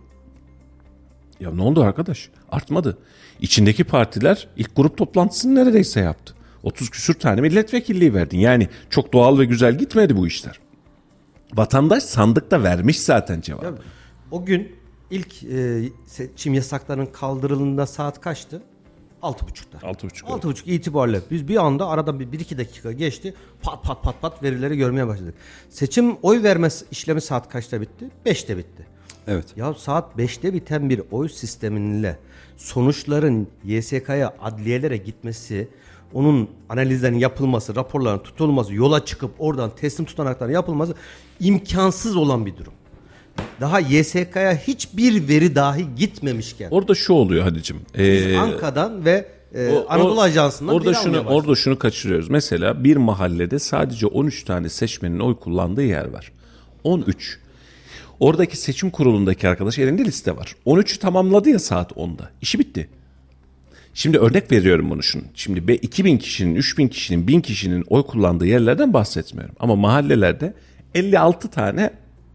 Ya ne oldu arkadaş? Artmadı. İçindeki partiler ilk grup toplantısını neredeyse yaptı. 30 küsür tane milletvekilliği verdin. Yani çok doğal ve güzel gitmedi bu işler. Vatandaş sandıkta vermiş zaten cevabı. Ya, o gün ilk seçim yasaklarının kaldırıldığında saat kaçtı? 6.30'da. 6.30 itibariyle biz bir anda arada 1-2 dakika geçti. Pat verileri görmeye başladık. Seçim oy verme işlemi saat kaçta bitti? 5'te bitti. Evet. Ya saat 5'te biten bir oy sistemiyle sonuçların YSK'ya, adliyelere gitmesi, onun analizlerinin yapılması, raporların tutulması, yola çıkıp oradan teslim tutanakların yapılması imkansız olan bir durum. Daha YSK'ya hiçbir veri dahi gitmemişken. Orada şu oluyor Hadicim. Biz Anka'dan ve Anadolu Ajansı'ndan orada şunu kaçırıyoruz. Mesela bir mahallede sadece 13 tane seçmenin oy kullandığı yer var. 13. Oradaki seçim kurulundaki arkadaş elinde liste var. 13'ü tamamladı ya saat 10'da. İşi bitti. Şimdi örnek veriyorum bunu şunu. Şimdi 2000 kişinin, 3000 kişinin, 1000 kişinin oy kullandığı yerlerden bahsetmiyorum. Ama mahallelerde 56 tane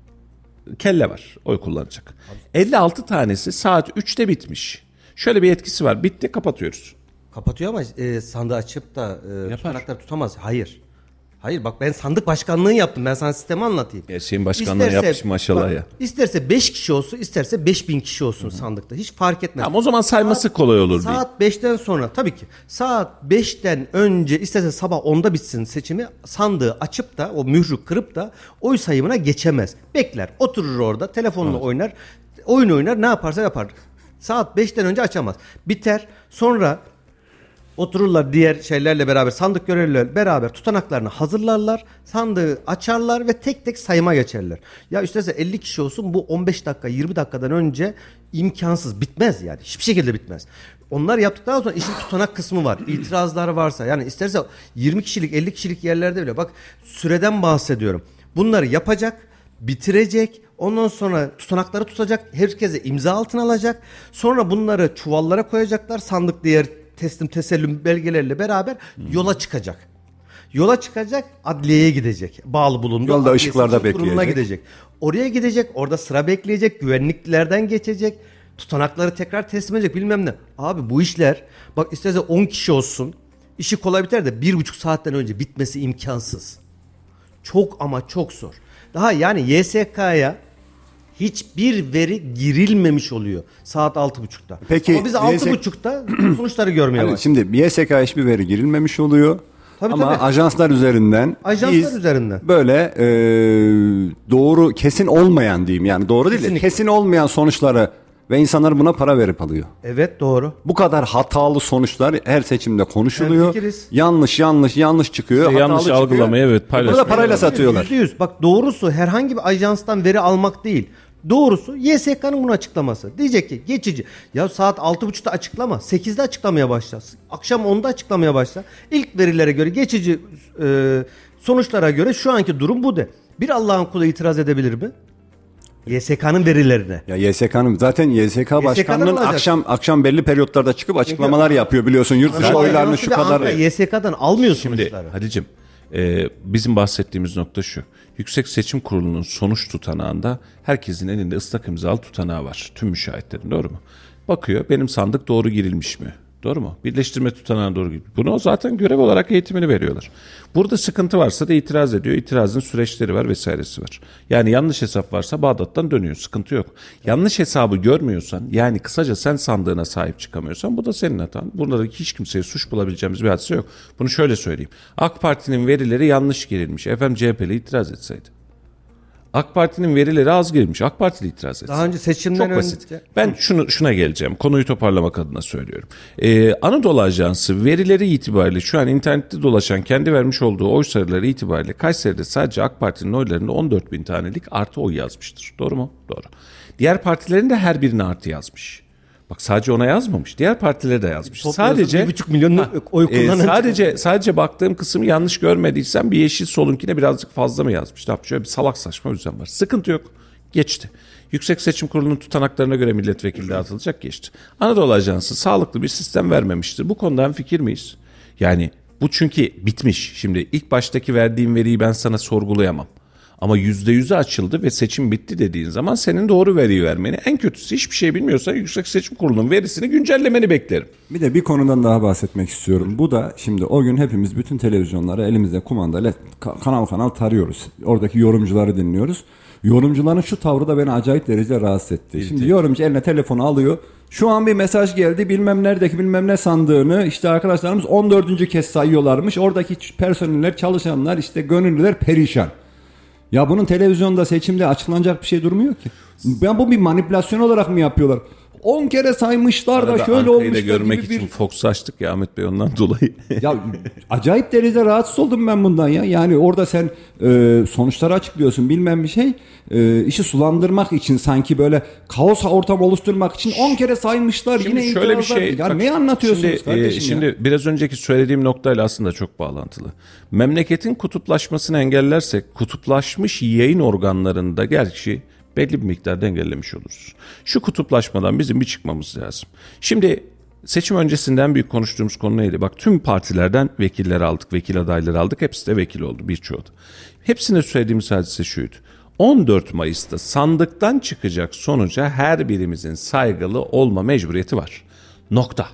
kelle var oy kullanacak. 56 tanesi saat 3'te bitmiş. Şöyle bir etkisi var. Bitti, kapatıyoruz. Kapatıyor ama sandığı açıp da tutanakları tutamaz. Hayır bak ben sandık başkanlığı yaptım. Ben sana sistemi anlatayım. Şeyin başkanlığı yapmış maşallah bak, ya. İsterse 5 kişi olsun, isterse 5000 kişi olsun sandıkta. Hiç fark etmez. Ama o zaman sayması kolay olur diye. Saat 5'ten sonra tabii ki. Saat 5'ten önce isterse sabah 10'da bitsin seçimi, sandığı açıp da o mührü kırıp da oy sayımına geçemez. Bekler, oturur orada, telefonla oynar, oyun oynar, ne yaparsa yapar. Saat 5'ten önce açamaz. Biter. Sonra otururlar diğer şeylerle beraber, sandık görevlilerle beraber tutanaklarını hazırlarlar. Sandığı açarlar ve tek tek sayıma geçerler. Ya isterse 50 kişi olsun, bu 15 dakika 20 dakikadan önce imkansız, bitmez yani. Hiçbir şekilde bitmez. Onlar yaptıktan sonra işin tutanak kısmı var. İtirazlar varsa, yani isterse 20 kişilik 50 kişilik yerlerde bile, bak süreden bahsediyorum. Bunları yapacak, bitirecek. Ondan sonra tutanakları tutacak. Herkese imza altına alacak. Sonra bunları çuvallara koyacaklar. Sandık diğer teslim tesellüm belgelerle beraber yola çıkacak. Yola çıkacak, adliyeye gidecek. Bağlı bulunduğu yolda ışıklarda bekleyecek. Gidecek. Oraya gidecek, orada sıra bekleyecek, güvenliklerden geçecek. Tutanakları tekrar teslim edecek, bilmem ne. Abi bu işler, bak isterse 10 kişi olsun, işi kolay biter de 1,5 saatten önce bitmesi imkansız. Çok ama çok zor. Daha yani YSK'ya hiçbir veri girilmemiş oluyor saat 6.30'da. Peki, ama biz 6.30'da sonuçları görmeye Hani başlıyoruz. şimdi YSK'ya hiçbir veri girilmemiş oluyor. Tabii, ama tabii. ajanslar üzerinden böyle doğru, kesin olmayan diyeyim, yani doğru değil de Kesinlikle. kesin olmayan sonuçları ve insanlar buna para verip alıyor. Evet, doğru. Bu kadar hatalı sonuçlar her seçimde konuşuluyor. Hemfikiriz. Yanlış çıkıyor. İşte yanlış hatalı çıkıyor. algılamayı, evet, paylaşmayı. Burada parayla satıyorlar. %100. Bak, doğrusu herhangi bir ajanstan veri almak değil. Doğrusu YSK'nın bunu açıklaması. Diyecek ki geçici. Ya saat 6.30'da açıklama. 8'de açıklamaya başla. Akşam 10'da açıklamaya başla. İlk verilere göre geçici sonuçlara göre şu anki durum bu de. Bir Allah'ın kulu itiraz edebilir mi? YSK'nın verilerine. Ya YSK'nın zaten YSK başkanının alacak. akşam belli periyotlarda çıkıp açıklamalar yapıyor, biliyorsun. Yurt dışı oylarını şu kadar. YSK'dan almıyor Şimdi sonuçları. Hadicim, bizim bahsettiğimiz nokta şu. Yüksek Seçim Kurulu'nun sonuç tutanağında herkesin elinde ıslak imzalı tutanağı var. Tüm müşahitlerin, doğru mu? Bakıyor, benim sandık doğru girilmiş mi? Doğru mu? Birleştirme tutanağına doğru girilmiş. Bunu zaten görev olarak eğitimini veriyorlar. Burada sıkıntı varsa da itiraz ediyor. İtirazın süreçleri var vesairesi var. Yani yanlış hesap varsa Bağdat'tan dönüyor. Sıkıntı yok. Yanlış hesabı görmüyorsan, yani kısaca sen sandığına sahip çıkamıyorsan, bu da senin hatan. Bunlarda hiç kimseye suç bulabileceğimiz bir hadise yok. Bunu şöyle söyleyeyim. AK Parti'nin verileri yanlış girilmiş. Efendim CHP'li itiraz etseydi. AK Parti'nin verileri az girilmiş. AK Partili itiraz etsin. Daha önce seçimden Çok basit. önce. Ben şuna geleceğim. Konuyu toparlamak adına söylüyorum. Anadolu Ajansı verileri itibariyle şu an internette dolaşan kendi vermiş olduğu oy sayıları itibariyle Kayseri'de sadece AK Parti'nin oylarında 14 bin tanelik artı oy yazmıştır. Doğru mu? Doğru. Diğer partilerin de her birine artı yazmış. Bak, sadece ona yazmamış. Diğer partilere de yazmış. Sadece 1,5 milyon oy kullanan. sadece baktığım kısmı yanlış görmediysem bir Yeşil Sol'unkine birazcık fazla mı yazmış? Tabii şöyle bir salak saçma düzen var. Sıkıntı yok. Geçti. Yüksek Seçim Kurulu'nun tutanaklarına göre milletvekili dağıtılacak, geçti. Anadolu Ajansı sağlıklı bir sistem vermemiştir. Bu konuda hemfikir miyiz? Yani bu çünkü bitmiş. Şimdi ilk baştaki verdiğim veriyi ben sana sorgulayamam. Ama %100'e açıldı ve seçim bitti dediğin zaman senin doğru veriyi vermeni, en kötüsü hiçbir şey bilmiyorsan Yüksek Seçim Kurulu'nun verisini güncellemeni beklerim. Bir de bir konudan daha bahsetmek istiyorum. Bu da şimdi o gün hepimiz bütün televizyonları elimizde kumandayla kanal tarıyoruz. Oradaki yorumcuları dinliyoruz. Yorumcuların şu tavrı da beni acayip derecede rahatsız etti. Şimdi yorumcu eline telefonu alıyor. Şu an bir mesaj geldi, bilmem neredeki bilmem ne sandığını işte arkadaşlarımız 14. kez sayıyorlarmış. Oradaki personeller, çalışanlar, işte gönüllüler perişan. Ya bunun televizyonda, seçimde açıklanacak bir şey durmuyor ki. Ben bu bir manipülasyon olarak mı yapıyorlar? 10 kere saymışlar da şöyle olmuş da görmek gibi için Fox'u açtık ya Ahmet Bey, ondan dolayı. Ya acayip derecede rahatsız oldum ben bundan ya. Yani orada sen sonuçları açıklıyorsun, bilmem bir şey. İşi sulandırmak için, sanki böyle kaos ortam oluşturmak için 10 kere saymışlar. Şimdi yine şöyle bir itirazlar. şey. Ya bak, ne anlatıyorsunuz kardeşim Şimdi ya? biraz önceki söylediğim noktayla aslında çok bağlantılı. Memleketin kutuplaşmasını engellersek kutuplaşmış yayın organlarında gerçi belli bir miktarda engellemiş oluruz. Şu kutuplaşmadan bizim bir çıkmamız lazım. Şimdi seçim öncesinden büyük konuştuğumuz konu neydi? Bak, tüm partilerden vekiller aldık, vekil adayları aldık. Hepsi de vekil oldu, birçoğu da. Hepsine söylediğimiz hadise şuydu. 14 Mayıs'ta sandıktan çıkacak sonuca her birimizin saygılı olma mecburiyeti var. Nokta.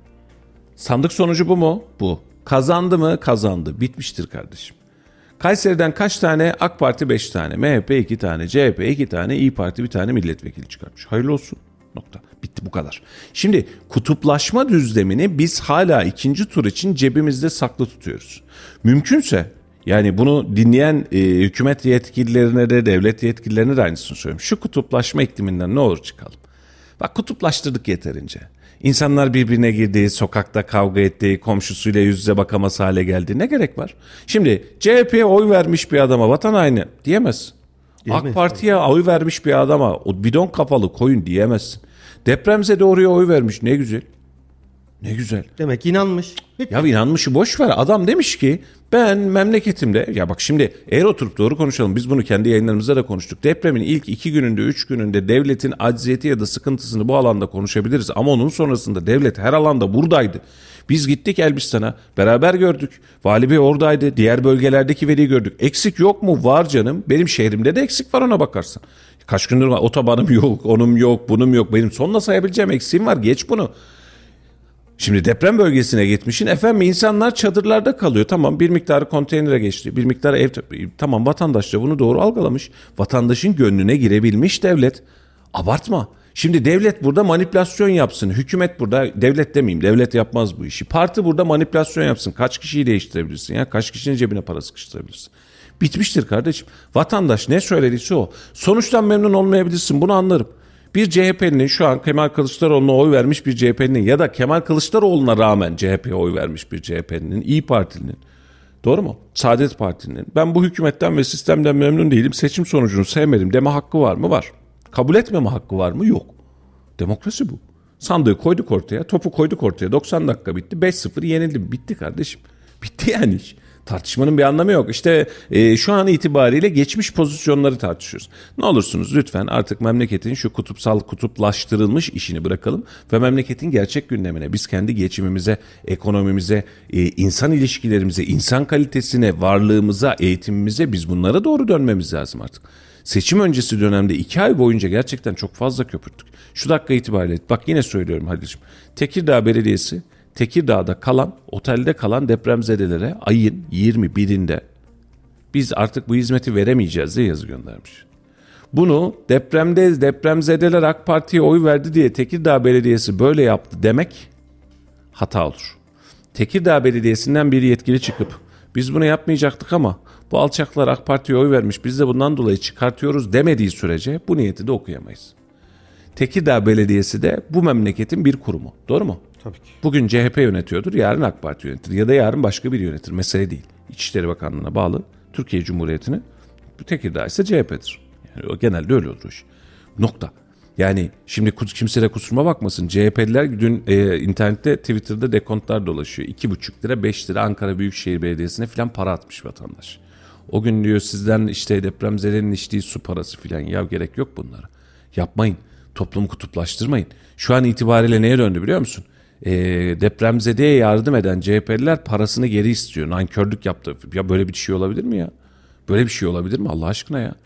Sandık sonucu bu mu? Bu. Kazandı mı? Kazandı. Bitmiştir kardeşim. Kayseri'den kaç tane? AK Parti 5 tane, MHP 2 tane, CHP 2 tane, İYİ Parti 1 tane milletvekili çıkartmış. Hayırlı olsun. Nokta. Bitti, bu kadar. Şimdi kutuplaşma düzlemini biz hala ikinci tur için cebimizde saklı tutuyoruz. Mümkünse, yani bunu dinleyen hükümet yetkililerine de, devlet yetkililerine de aynısını söylüyorum. Şu kutuplaşma ikliminden ne olur çıkalım. Bak, kutuplaştırdık yeterince. İnsanlar birbirine girdi, sokakta kavga etti, komşusuyla yüz yüze bakamaz hale geldi. Ne gerek var? Şimdi CHP'ye oy vermiş bir adama vatan haini diyemezsin. AK Parti'ye oy vermiş bir adama o bidon kafalı koyun diyemezsin. Depremzede oraya oy vermiş, ne güzel. Ne güzel. Demek ki inanmış. Bitti. Ya inanmışı boş ver. Adam demiş ki ben memleketimde, ya bak şimdi eğer oturup doğru konuşalım, biz bunu kendi yayınlarımızda da konuştuk. Depremin ilk 2 gününde 3 gününde devletin acziyeti ya da sıkıntısını bu alanda konuşabiliriz. Ama onun sonrasında devlet her alanda buradaydı. Biz gittik Elbistan'a, beraber gördük. Vali Bey oradaydı. Diğer bölgelerdeki veriyi gördük. Eksik yok mu? Var canım. Benim şehrimde de eksik var, ona bakarsan. Kaç gündür otobanım yok, onum yok, bunum yok. Benim sonuna sayabileceğim eksiğim var. Geç bunu. Şimdi deprem bölgesine gitmişsin. Efendim insanlar çadırlarda kalıyor. Tamam, bir miktarı konteynere geçti. Bir miktarı ev... Tamam, vatandaş da bunu doğru algılamış. Vatandaşın gönlüne girebilmiş devlet. Abartma. Şimdi devlet burada manipülasyon yapsın. Hükümet burada, devlet demeyeyim, devlet yapmaz bu işi. Parti burada manipülasyon yapsın. Kaç kişiyi değiştirebilirsin ya? Kaç kişinin cebine para sıkıştırabilirsin? Bitmiştir kardeşim. Vatandaş ne söylediyse o. Sonuçtan memnun olmayabilirsin, bunu anlarım. Bir CHP'nin, şu an Kemal Kılıçdaroğlu'na oy vermiş bir CHP'nin ya da Kemal Kılıçdaroğlu'na rağmen CHP'ye oy vermiş bir CHP'nin, İyi Parti'nin, doğru mu? Saadet Parti'nin, ben bu hükümetten ve sistemden memnun değilim, seçim sonucunu sevmedim deme hakkı var mı? Var. Kabul etmeme hakkı var mı? Yok. Demokrasi bu. Sandığı koyduk ortaya, topu koyduk ortaya, 90 dakika bitti, 5-0 yenildi. Bitti kardeşim. Bitti yani iş. Tartışmanın bir anlamı yok. İşte şu an itibariyle geçmiş pozisyonları tartışıyoruz. Ne olursunuz lütfen artık memleketin şu kutuplaştırılmış işini bırakalım ve memleketin gerçek gündemine, biz kendi geçimimize, ekonomimize, insan ilişkilerimize, insan kalitesine, varlığımıza, eğitimimize, biz bunlara doğru dönmemiz lazım artık. Seçim öncesi dönemde 2 ay boyunca gerçekten çok fazla köpürttük. Şu dakika itibariyle, bak yine söylüyorum Halil'ciğim, Tekirdağ Belediyesi, Tekirdağ'da kalan, otelde kalan depremzedelere ayın 21'inde biz artık bu hizmeti veremeyeceğiz diye yazı göndermiş. Bunu depremzedeler AK Parti'ye oy verdi diye Tekirdağ Belediyesi böyle yaptı demek hata olur. Tekirdağ Belediyesi'nden bir yetkili çıkıp biz bunu yapmayacaktık ama bu alçaklar AK Parti'ye oy vermiş, biz de bundan dolayı çıkartıyoruz demediği sürece bu niyeti de okuyamayız. Tekirdağ Belediyesi de bu memleketin bir kurumu. Doğru mu? Tabii ki. Bugün CHP yönetiyordur, yarın AK Parti yönetir ya da yarın başka biri yönetir. Mesele değil. İçişleri Bakanlığı'na bağlı Türkiye Cumhuriyeti'ni, Tekirdağ ise CHP'dir. Yani o genelde öyle olur o iş. Nokta. Yani şimdi kimse de kusuruma bakmasın. CHP'liler dün internette, Twitter'da dekontlar dolaşıyor. 2,5 lira, 5 lira Ankara Büyükşehir Belediyesi'ne falan para atmış vatandaş. O gün diyor sizden işte depremzelerin içtiği su parası falan. Ya gerek yok bunlara. Yapmayın. Toplumu kutuplaştırmayın. Şu an itibariyle neye döndü biliyor musun? Depremzedeye yardım eden CHP'liler parasını geri istiyor. Nankörlük yaptı. Ya böyle bir şey olabilir mi ya? Böyle bir şey olabilir mi Allah aşkına ya?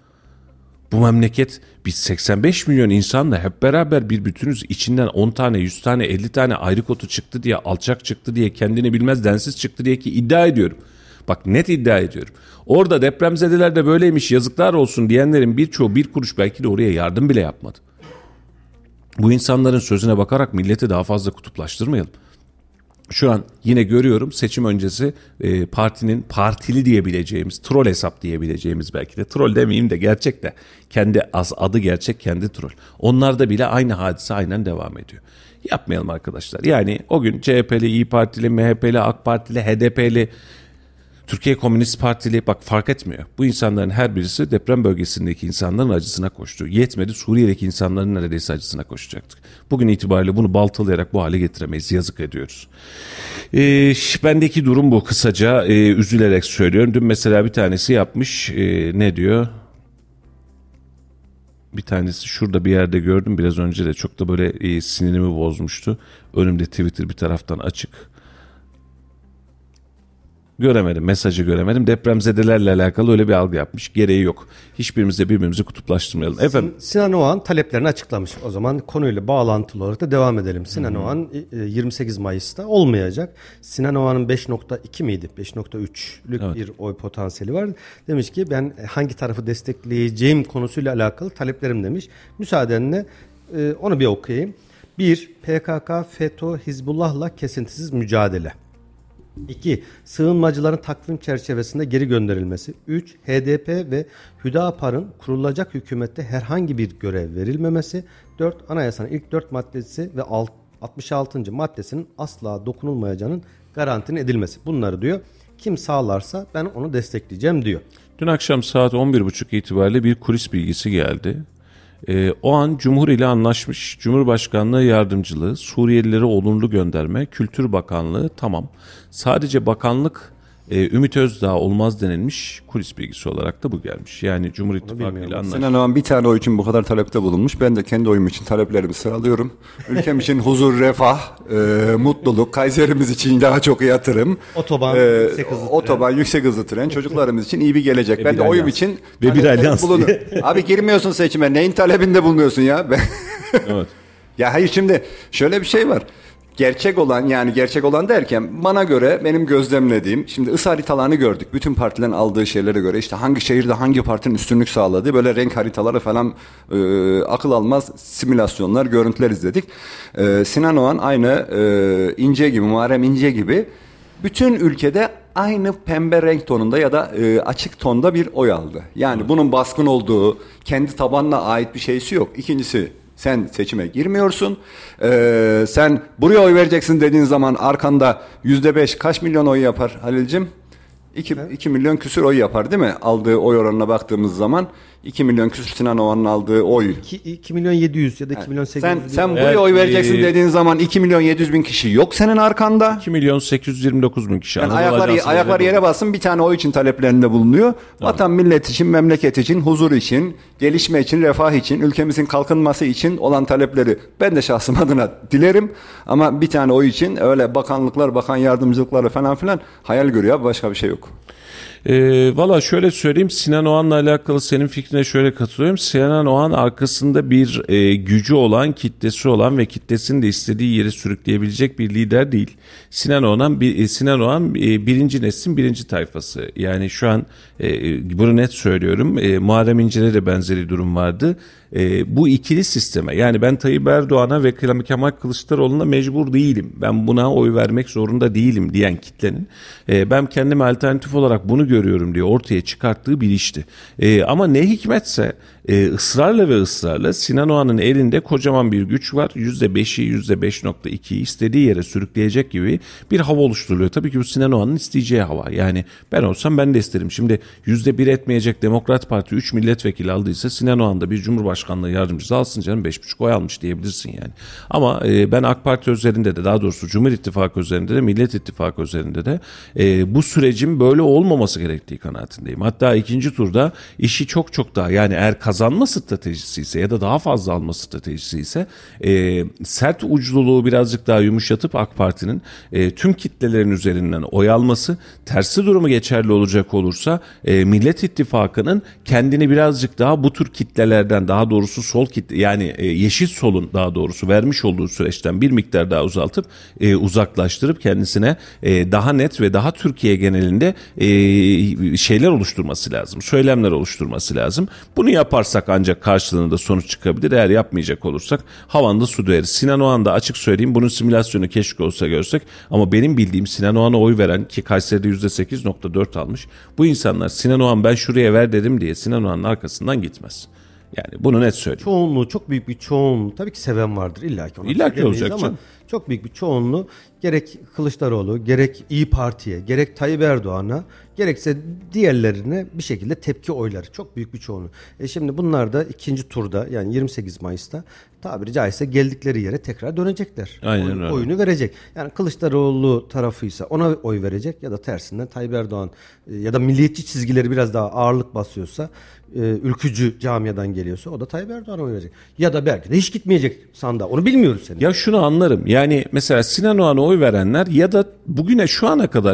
Bu memleket, biz 85 milyon insanla hep beraber bir bütünüz. İçinden 10 tane, 100 tane, 50 tane ayrı kotu çıktı diye, alçak çıktı diye, kendini bilmez densiz çıktı diye ki iddia ediyorum. Bak net iddia ediyorum. Orada depremzedeler de böyleymiş, yazıklar olsun diyenlerin birçoğu bir kuruş belki de oraya yardım bile yapmadı. Bu insanların sözüne bakarak milleti daha fazla kutuplaştırmayalım. Şu an yine görüyorum seçim öncesi partinin partili diyebileceğimiz, troll hesap diyebileceğimiz, belki de troll demeyeyim de gerçek de kendi adı gerçek, kendi troll. Onlarda bile aynı hadise aynen devam ediyor. Yapmayalım arkadaşlar. Yani o gün CHP'li, İyi Partili, MHP'li, AK Partili, HDP'li, Türkiye Komünist Partili, bak fark etmiyor. Bu insanların her birisi deprem bölgesindeki insanların acısına koştu. Yetmedi, Suriye'deki insanların neredeyse acısına koşacaktık. Bugün itibariyle bunu baltalayarak bu hale getiremeyiz. Yazık ediyoruz. Bendeki durum bu kısaca. Üzülerek söylüyorum. Dün mesela bir tanesi yapmış. Ne diyor? Bir tanesi şurada bir yerde gördüm biraz önce de, çok da böyle sinirimi bozmuştu. Önümde Twitter bir taraftan açık. Göremedim, mesajı göremedim. Depremzedelerle alakalı öyle bir algı yapmış. Gereği yok. Hiçbirimiz de birbirimizi kutuplaştırmayalım. Efendim? Sinan Oğan taleplerini açıklamış. O zaman konuyla bağlantılı olarak da devam edelim. Sinan Oğan 28 Mayıs'ta olmayacak. Sinan Oğan'ın 5.2 miydi? 5.3'lük evet, bir oy potansiyeli var. Demiş ki ben hangi tarafı destekleyeceğim konusuyla alakalı taleplerim demiş. Müsaadenle onu bir okuyayım. 1. PKK, FETÖ, Hizbullah'la kesintisiz mücadele. 2. Sığınmacıların takvim çerçevesinde geri gönderilmesi. 3. HDP ve Hüdapar'ın kurulacak hükümette herhangi bir görev verilmemesi. 4. Anayasanın ilk 4 maddesi ve 66. maddesinin asla dokunulmayacağının garantinin edilmesi. Bunları diyor. Kim sağlarsa ben onu destekleyeceğim diyor. Dün akşam saat 11.30 itibariyle bir kulis bilgisi geldi. O an Cumhur ile anlaşmış, Cumhurbaşkanlığı yardımcılığı, Suriyelilere olumlu gönderme, Kültür Bakanlığı tamam. Sadece bakanlık Ümit Özdağ olmaz denilmiş, kulis bilgisi olarak da bu gelmiş. Yani Cumhur İttifakı ile anlaşmış. Sinan Oğan bir tane oy için bu kadar talepte bulunmuş. Ben de kendi oyum için taleplerimi sıralıyorum. Ülkem için huzur, refah, mutluluk, Kayserimiz için daha çok yatırım. Otoban, yüksek hızlı tren, çocuklarımız için iyi bir gelecek. Ben de oyum için ve bir alyans. Abi girmiyorsun seçime. Neyin talebinde bulunuyorsun ya? Evet. Ya hayır, şimdi şöyle bir şey var. gerçek olan, yani gerçek olan derken bana göre benim gözlemlediğim, şimdi ısı haritalarını gördük. Bütün partilerin aldığı şeylere göre işte hangi şehirde hangi partinin üstünlük sağladığı böyle renk haritaları falan akıl almaz simülasyonlar, görüntüler izledik. Sinan Oğan aynı İnce gibi, Muharrem İnce gibi bütün ülkede aynı pembe renk tonunda ya da açık tonda bir oy aldı. Yani bunun baskın olduğu, kendi tabanına ait bir şeysi yok. İkincisi, sen seçime girmiyorsun. Sen buraya oy vereceksin dediğin zaman arkanda %5 kaç milyon oy yapar Halil'cim? 2 milyon küsür oy yapar değil mi? Aldığı oy oranına baktığımız zaman 2 milyon küsür Sinan Oğan'ın aldığı oy. 2 milyon 700 ya da 2 milyon 800. Sen buraya oy vereceksin dediğin zaman 2 milyon 700 bin kişi yok senin arkanda. 2 milyon 829 bin kişi. Yani ayakları yere bassın, bir tane oy için taleplerinde bulunuyor. Vatan millet için, memleket için, huzur için, gelişme için, refah için, ülkemizin kalkınması için olan talepleri ben de şahsım adına dilerim. Ama bir tane oy için öyle bakanlıklar, bakan yardımcılıkları falan filan hayal görüyor. Başka bir şey yok. Valla şöyle söyleyeyim, Sinan Oğan'la alakalı senin fikrine şöyle katılıyorum. Sinan Oğan arkasında bir gücü olan, kitlesi olan ve kitlesinin de istediği yere sürükleyebilecek bir lider değil. Sinan Oğan birinci neslin birinci tayfası. Yani şu an bunu net söylüyorum. Muharrem İnce'de de benzeri durum vardı. Bu ikili sisteme, yani ben Tayyip Erdoğan'a ve Kemal Kılıçdaroğlu'na mecbur değilim, ben buna oy vermek zorunda değilim diyen kitlenin ben kendime alternatif olarak bunu görüyorum diye ortaya çıkarttığı bir işti. Ama ne hikmetse ısrarla Sinan Oğan'ın elinde kocaman bir güç var. %5'i, %5.2'yi istediği yere sürükleyecek gibi bir hava oluşturuluyor. Tabii ki bu Sinan Oğan'ın isteyeceği hava. Yani ben olsam ben de isterim. Şimdi %1 etmeyecek Demokrat Parti 3 milletvekili aldıysa Sinan Oğan da bir Cumhurbaşkanlığı yardımcısı alsın canım, 5,5 oy almış diyebilirsin yani. Ama ben AK Parti üzerinde de, daha doğrusu Cumhur İttifakı üzerinde de, Millet İttifakı üzerinde de bu sürecin böyle olmaması gerektiği kanaatindeyim. Hatta ikinci turda işi çok daha, yani eğer kazanma stratejisi ise ya da daha fazla alma stratejisi ise sert uçluluğu birazcık daha yumuşatıp AK Parti'nin tüm kitlelerin üzerinden oy alması, tersi durumu geçerli olacak olursa Millet İttifakı'nın kendini birazcık daha bu tür kitlelerden, daha doğrusu sol kitle, yani Yeşil Sol'un daha doğrusu vermiş olduğu süreçten bir miktar daha uzaklaştırıp kendisine daha net ve daha Türkiye genelinde şeyler oluşturması lazım, söylemler oluşturması lazım. Bunu yaparsak ancak karşılığında sonuç çıkabilir. Eğer yapmayacak olursak havanda su döveriz. Sinan Oğan'da açık söyleyeyim, bunun simülasyonu keşke olsa görsek, ama benim bildiğim Sinan Oğan'a oy veren, ki Kayseri'de %8.4 almış, bu insanlar Sinan Oğan ben şuraya ver dedim diye Sinan Oğan'ın arkasından gitmez. Yani bunu net söyleyeyim. Çoğunluğu, çok büyük bir çoğunluğu, tabii ki seven vardır illaki. İllaki olacak ama canım. çok büyük bir çoğunluğu gerek Kılıçdaroğlu, gerek İyi Parti'ye, gerek Tayyip Erdoğan'a, gerekse diğerlerine bir şekilde tepki oyları. Çok büyük bir çoğunluğu. Şimdi bunlar da ikinci turda, yani 28 Mayıs'ta tabiri caizse geldikleri yere tekrar dönecekler. Aynen öyle. Oyunu verecek. Yani Kılıçdaroğlu tarafıysa ona oy verecek ya da tersinden Tayyip Erdoğan ya da milliyetçi çizgileri biraz daha ağırlık basıyorsa, ülkücü camiadan geliyorsa o da Tayyip Erdoğan'a oy verecek. Ya da belki de hiç gitmeyecek sandığa. Onu bilmiyoruz senin. Ya şunu anlarım. Yani mesela Sinan Oğan'a oy verenler ya da bugüne şu ana kadar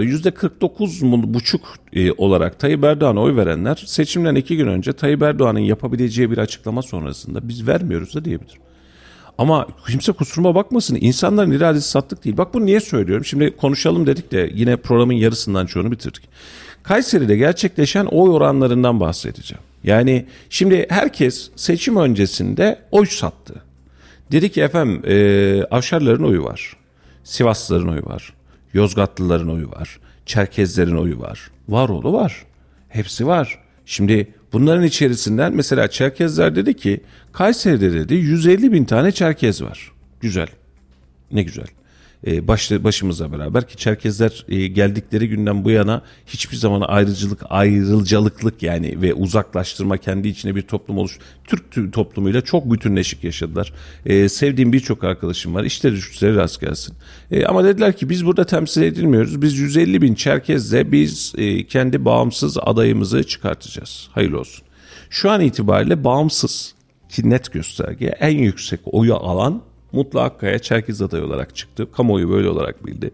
%49,5 olarak Tayyip Erdoğan'a oy verenler seçimden 2 gün önce Tayyip Erdoğan'ın yapabileceği bir açıklama sonrasında biz vermiyoruz da diyebilir. Ama kimse kusuruma bakmasın, insanların iradesi sattık değil. Bak bunu niye söylüyorum? Şimdi konuşalım dedik de yine programın yarısından çoğunu bitirdik. Kayseri'de gerçekleşen oy oranlarından bahsedeceğim. Yani şimdi herkes seçim öncesinde oy sattı. Dedi ki efendim Avşarların oyu var, Sivaslıların oyu var, Yozgatlıların oyu var, Çerkezlerin oyu var. Var oğlu var. Hepsi var. Şimdi bunların içerisinden mesela Çerkezler dedi ki Kayseri'de dedi 150 bin tane Çerkez var. Güzel. Ne güzel. Başımızla beraber ki Çerkezler geldikleri günden bu yana hiçbir zaman ayrılcalıklık yani ve uzaklaştırma, kendi içine bir toplum Türk toplumuyla çok bütünleşik yaşadılar. Sevdiğim birçok arkadaşım var. İşleri güçleri rast gelsin. Ama dediler ki biz burada temsil edilmiyoruz. Biz 150 bin Çerkezle biz kendi bağımsız adayımızı çıkartacağız. Hayırlı olsun. Şu an itibariyle bağımsız ki net gösterge en yüksek oyu alan Mutlu Akkaya Çerkez adayı olarak çıktı. Kamuoyu böyle olarak bildi.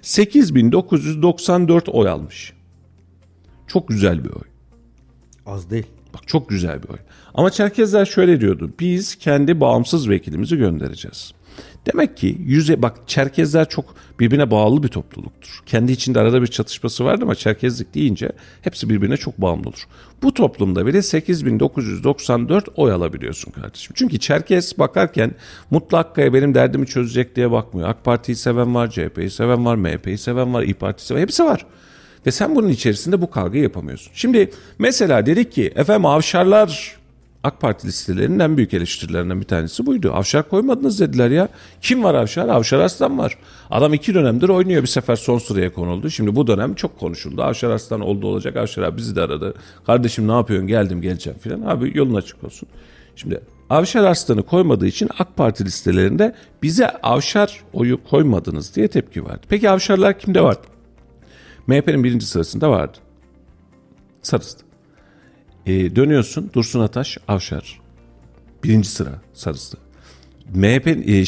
8.994 oy almış. Çok güzel bir oy. Az değil. Bak çok güzel bir oy. Ama Çerkezler şöyle diyordu. Biz kendi bağımsız vekilimizi göndereceğiz. Demek ki bak Çerkezler çok birbirine bağlı bir topluluktur. Kendi içinde arada bir çatışması vardır ama Çerkezlik deyince hepsi birbirine çok bağımlı olur. Bu toplumda bile 8.994 oy alabiliyorsun kardeşim. Çünkü Çerkez bakarken Mutlu Akkaya benim derdimi çözecek diye bakmıyor. AK Parti'yi seven var, CHP'yi seven var, MHP'yi seven var, İYİ Parti'yi seven, hepsi var. Ve sen bunun içerisinde bu kavgayı yapamıyorsun. Şimdi mesela dedik ki efendim Avşarlar AK Parti listelerinin en büyük eleştirilerinden bir tanesi buydu. Avşar koymadınız dediler ya. Kim var Avşar? Avşar Arslan var. Adam 2 dönemdir oynuyor. Bir sefer son sıraya konuldu. Şimdi bu dönem çok konuşuldu. Avşar Arslan oldu olacak. Avşar abi bizi de aradı. Kardeşim ne yapıyorsun? Geleceğim filan. Abi yolun açık olsun. Şimdi Avşar Arslan'ı koymadığı için AK Parti listelerinde bize Avşar oyu koymadınız diye tepki vardı. Peki Avşarlar kimde vardı? MHP'nin 1. sırasında vardı. Sarıs'ta. Dönüyorsun Dursun Ataş, Avşar. 1. sıra Sarıs'ta. MHP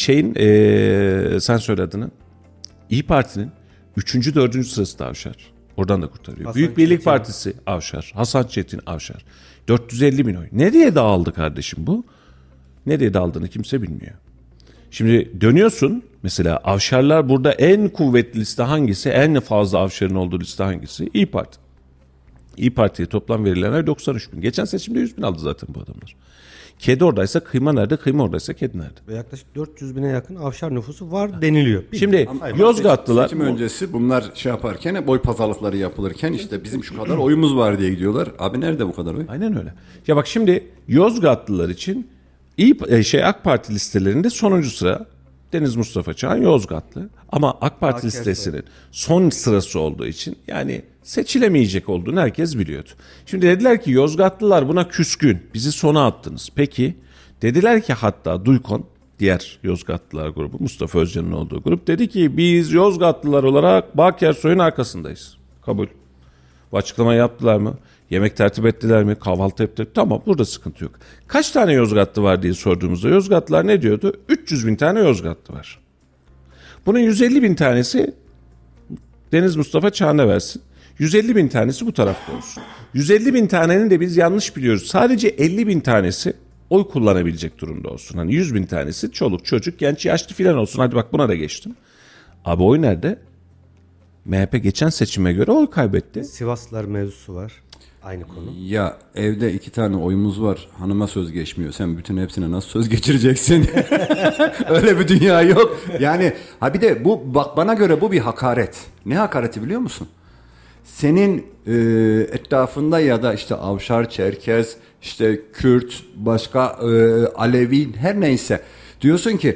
sen söyle adını. İYİ Parti'nin 3. 4. sırası da Avşar. Oradan da kurtarıyor. Hasan Büyük Birlik Çetin. Partisi Avşar. Hasan Çetin Avşar. 450 bin oy. Nereye dağıldı kardeşim bu? Nereye dağıldığını kimse bilmiyor. Şimdi dönüyorsun mesela Avşarlar burada en kuvvetli liste hangisi? En fazla Avşar'ın olduğu liste hangisi? İYİ Parti. İYİ Parti'ye toplam verilenler 93 bin. Geçen seçimde 100 bin aldı zaten bu adamlar. Kedi oradaysa kıyma nerede? Kıyma oradaysa kedi nerede? Ve yaklaşık 400 bine yakın Avşar nüfusu var deniliyor. Şimdi Yozgatlılar... Seçim öncesi bunlar yaparken hep oy pazarlıkları yapılırken işte bizim şu kadar oyumuz var diye gidiyorlar. Abi nerede bu kadar oy? Aynen öyle. Ya bak şimdi Yozgatlılar için AK Parti listelerinde sonuncu sıra Deniz Mustafa Çağan Yozgatlı. Ama AK Parti listesinin son sırası olduğu için yani seçilemeyecek olduğunu herkes biliyordu. Şimdi dediler ki Yozgatlılar buna küskün. Bizi sona attınız. Peki dediler ki hatta Duykon diğer Yozgatlılar grubu Mustafa Özcan'ın olduğu grup dedi ki biz Yozgatlılar olarak Baki Ersoy'un arkasındayız. Kabul. Bu açıklamayı yaptılar mı? Yemek tertip ettiler mi? Kahvaltı ettiler. Tamam burada sıkıntı yok. Kaç tane Yozgatlı var diye sorduğumuzda Yozgatlılar ne diyordu? 300 bin tane Yozgatlı var. Bunun 150 bin tanesi Deniz Mustafa Çağan'a versin. 150 bin tanesi bu tarafta olsun. 150 bin tanenin de biz yanlış biliyoruz. Sadece 50 bin tanesi oy kullanabilecek durumda olsun. Hani 100 bin tanesi çoluk çocuk genç yaşlı filan olsun. Hadi bak buna da geçtim. Abi oy nerede? MHP geçen seçime göre oy kaybetti. Sivaslılar mevzusu var. Aynı konu. Ya evde 2 tane oyumuz var. Hanıma söz geçmiyor. Sen bütün hepsine nasıl söz geçireceksin? Öyle bir dünya yok. Yani bir de bu bak bana göre bu bir hakaret. Ne hakareti biliyor musun? Senin etrafında ya da işte Avşar, Çerkez, işte Kürt, başka Alevi her neyse diyorsun ki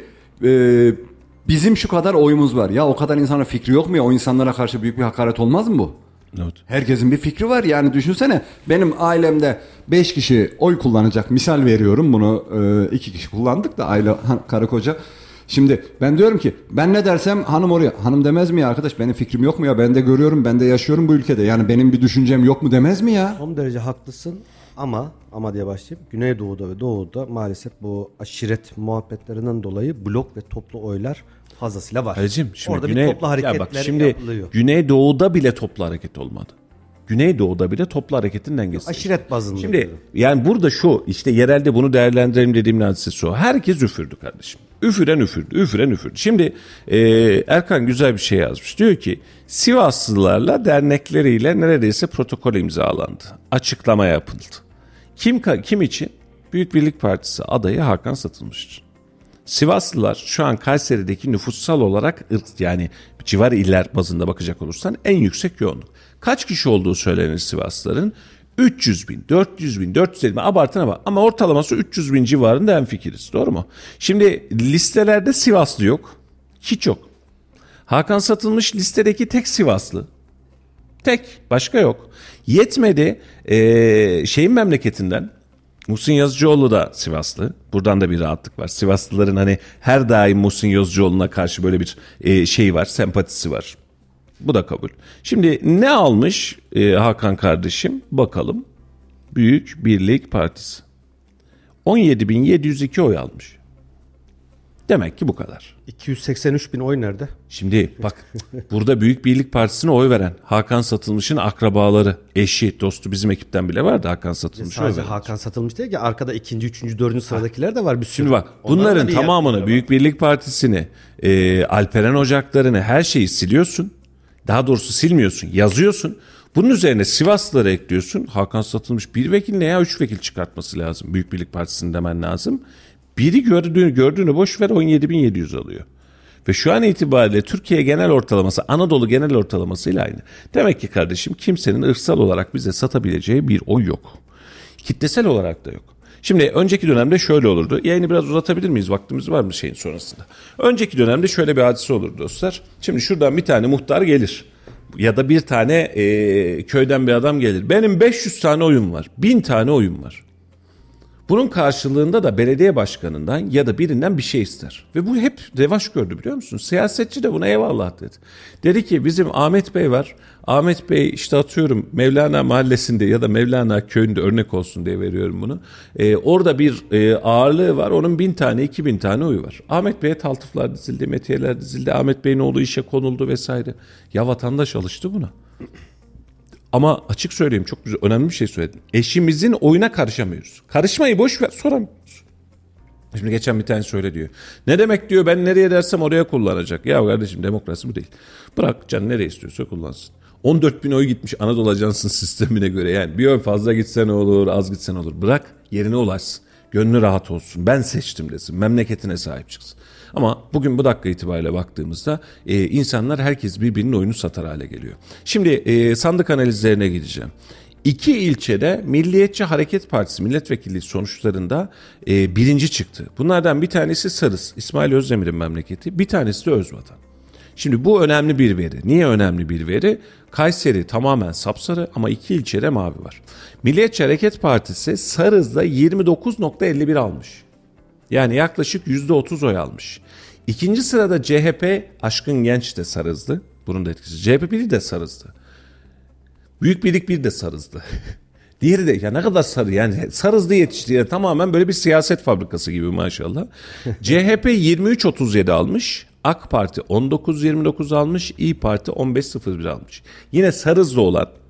bizim şu kadar oyumuz var. Ya o kadar insanın fikri yok mu ya? O insanlara karşı büyük bir hakaret olmaz mı bu? Evet. Herkesin bir fikri var. Yani düşünsene benim ailemde 5 kişi oy kullanacak. Misal veriyorum bunu 2 kişi kullandık da aile karı koca. Şimdi ben diyorum ki ben ne dersem hanım oraya. Hanım demez mi ya arkadaş benim fikrim yok mu ya? Ben de görüyorum ben de yaşıyorum bu ülkede. Yani benim bir düşüncem yok mu demez mi ya? Son derece haklısın ama diye başlayayım. Güneydoğu'da ve Doğu'da maalesef bu aşiret muhabbetlerinden dolayı blok ve toplu oylar fazlasıyla var. Hacım, şimdi orada bir toplu hareketler yapılıyor. Güneydoğu'da bile toplu hareket olmadı. Güneydoğu'da bile toplu hareketin dengesi. Aşiret bazında. Şimdi diyorum. yani burada şu işte yerelde bunu değerlendirelim dediğim hadise şu. Herkes üfürdü kardeşim. Üfüren üfürdü. Şimdi Erkan güzel bir şey yazmış. Diyor ki Sivaslılarla dernekleriyle neredeyse protokol imzalandı. Açıklama yapıldı. Kim için? Büyük Birlik Partisi adayı Hakan Satılmış'tır. Sivaslılar şu an Kayseri'deki nüfussal olarak yani civar iller bazında bakacak olursan en yüksek yoğunluk. Kaç kişi olduğu söylenir Sivaslıların? 300 bin, 400 bin, 450 bin abartına bak ama ortalaması 300 bin civarında hemfikiriz. Doğru mu? Şimdi listelerde Sivaslı yok. Hiç yok. Hakan Satılmış listedeki tek Sivaslı. Tek. Başka yok. Yetmedi. Şeyin memleketinden Muhsin Yazıcıoğlu da Sivaslı. Buradan da bir rahatlık var. Sivaslıların hani her daim Muhsin Yazıcıoğlu'na karşı böyle bir şey var, sempatisi var. Bu da kabul. Şimdi ne almış Hakan kardeşim? Bakalım. Büyük Birlik Partisi. 17.702 oy almış. Demek ki bu kadar. 283 bin oy nerede? Şimdi bak burada Büyük Birlik Partisi'ne oy veren Hakan Satılmış'ın akrabaları, eşi, dostu bizim ekipten bile vardı Hakan Satılmış'a oy Sadece veren. Hakan Satılmış değil ki, arkada 2., 3., 4. sıradakiler de var bir sürü. Şimdi bak Onların bunların da bir tamamını yer- Büyük Birlik Partisi'ni, Alperen Ocakları'nı, her şeyi siliyorsun. Daha doğrusu silmiyorsun, yazıyorsun. Bunun üzerine Sivaslıları ekliyorsun. Hakan Satılmış bir vekil ne ya 3 vekil çıkartması lazım. Büyük Birlik Partisi'nin demen lazım. Biri gördüğünü boş ver 17.700 alıyor. Ve şu an itibariyle Türkiye genel ortalaması Anadolu genel ortalamasıyla aynı. Demek ki kardeşim kimsenin ırksal olarak bize satabileceği bir oy yok. Kitlesel olarak da yok. Şimdi önceki dönemde şöyle olurdu. Yayını biraz uzatabilir miyiz? Vaktimiz var mı şeyin sonrasında? Önceki dönemde şöyle bir hadise olur dostlar. Şimdi şuradan bir tane muhtar gelir. Ya da bir tane köyden bir adam gelir. Benim 500 tane oyum var. 1000 tane oyum var. Bunun karşılığında da belediye başkanından ya da birinden bir şey ister. Ve bu hep revaç gördü biliyor musun? Siyasetçi de buna eyvallah dedi. Dedi ki bizim Ahmet Bey var. Ahmet Bey işte atıyorum Mevlana mahallesinde ya da Mevlana köyünde örnek olsun diye veriyorum bunu. Orada bir ağırlığı var. Onun 1000 tane 2000 tane oyu var. Ahmet Bey'e taltıflar dizildi, metiyeler dizildi. Ahmet Bey'in oğlu işe konuldu vesaire. Ya vatandaş alıştı buna. Ama açık söyleyeyim çok güzel, önemli bir şey söyledin. Eşimizin oyuna karışamıyoruz. Karışmayı boş ver, soramıyoruz. Şimdi geçen bir tane söyle diyor. Ne demek diyor, ben nereye dersem oraya kullanacak. Ya kardeşim demokrasi bu değil. Bırak can nereye istiyorsa kullansın. 14 bin oy gitmiş Anadolu Ajansı'nın sistemine göre. Yani bir oy fazla gitse ne olur, az gitse ne olur. Bırak yerine ulaşsın. Gönlü rahat olsun. Ben seçtim desin. Memleketine sahip çıksın. Ama bugün bu dakika itibariyle baktığımızda insanlar herkes birbirinin oyunu satar hale geliyor. Şimdi sandık analizlerine gideceğim. 2 ilçede Milliyetçi Hareket Partisi milletvekilliği sonuçlarında birinci çıktı. Bunlardan bir tanesi Sarız, İsmail Özdemir'in memleketi. Bir tanesi de Özvatan. Şimdi bu önemli bir veri. Niye önemli bir veri? Kayseri tamamen sapsarı ama 2 ilçede mavi var. Milliyetçi Hareket Partisi Sarız'da 29.51 almış. Yani yaklaşık %30 oy almış. İkinci sırada CHP, Aşkın Genç de Sarız'dı. Bunun da etkisi. CHP biri de Sarız'dı. Büyük Birlik bir de Sarız'dı. Diğeri de ya ne kadar sarı yani Sarız'da yetişti. Yani tamamen böyle bir siyaset fabrikası gibi maşallah. CHP 23.37 almış. AK Parti 19.29 almış. İYİ Parti 15.01 almış. Yine Sarız'da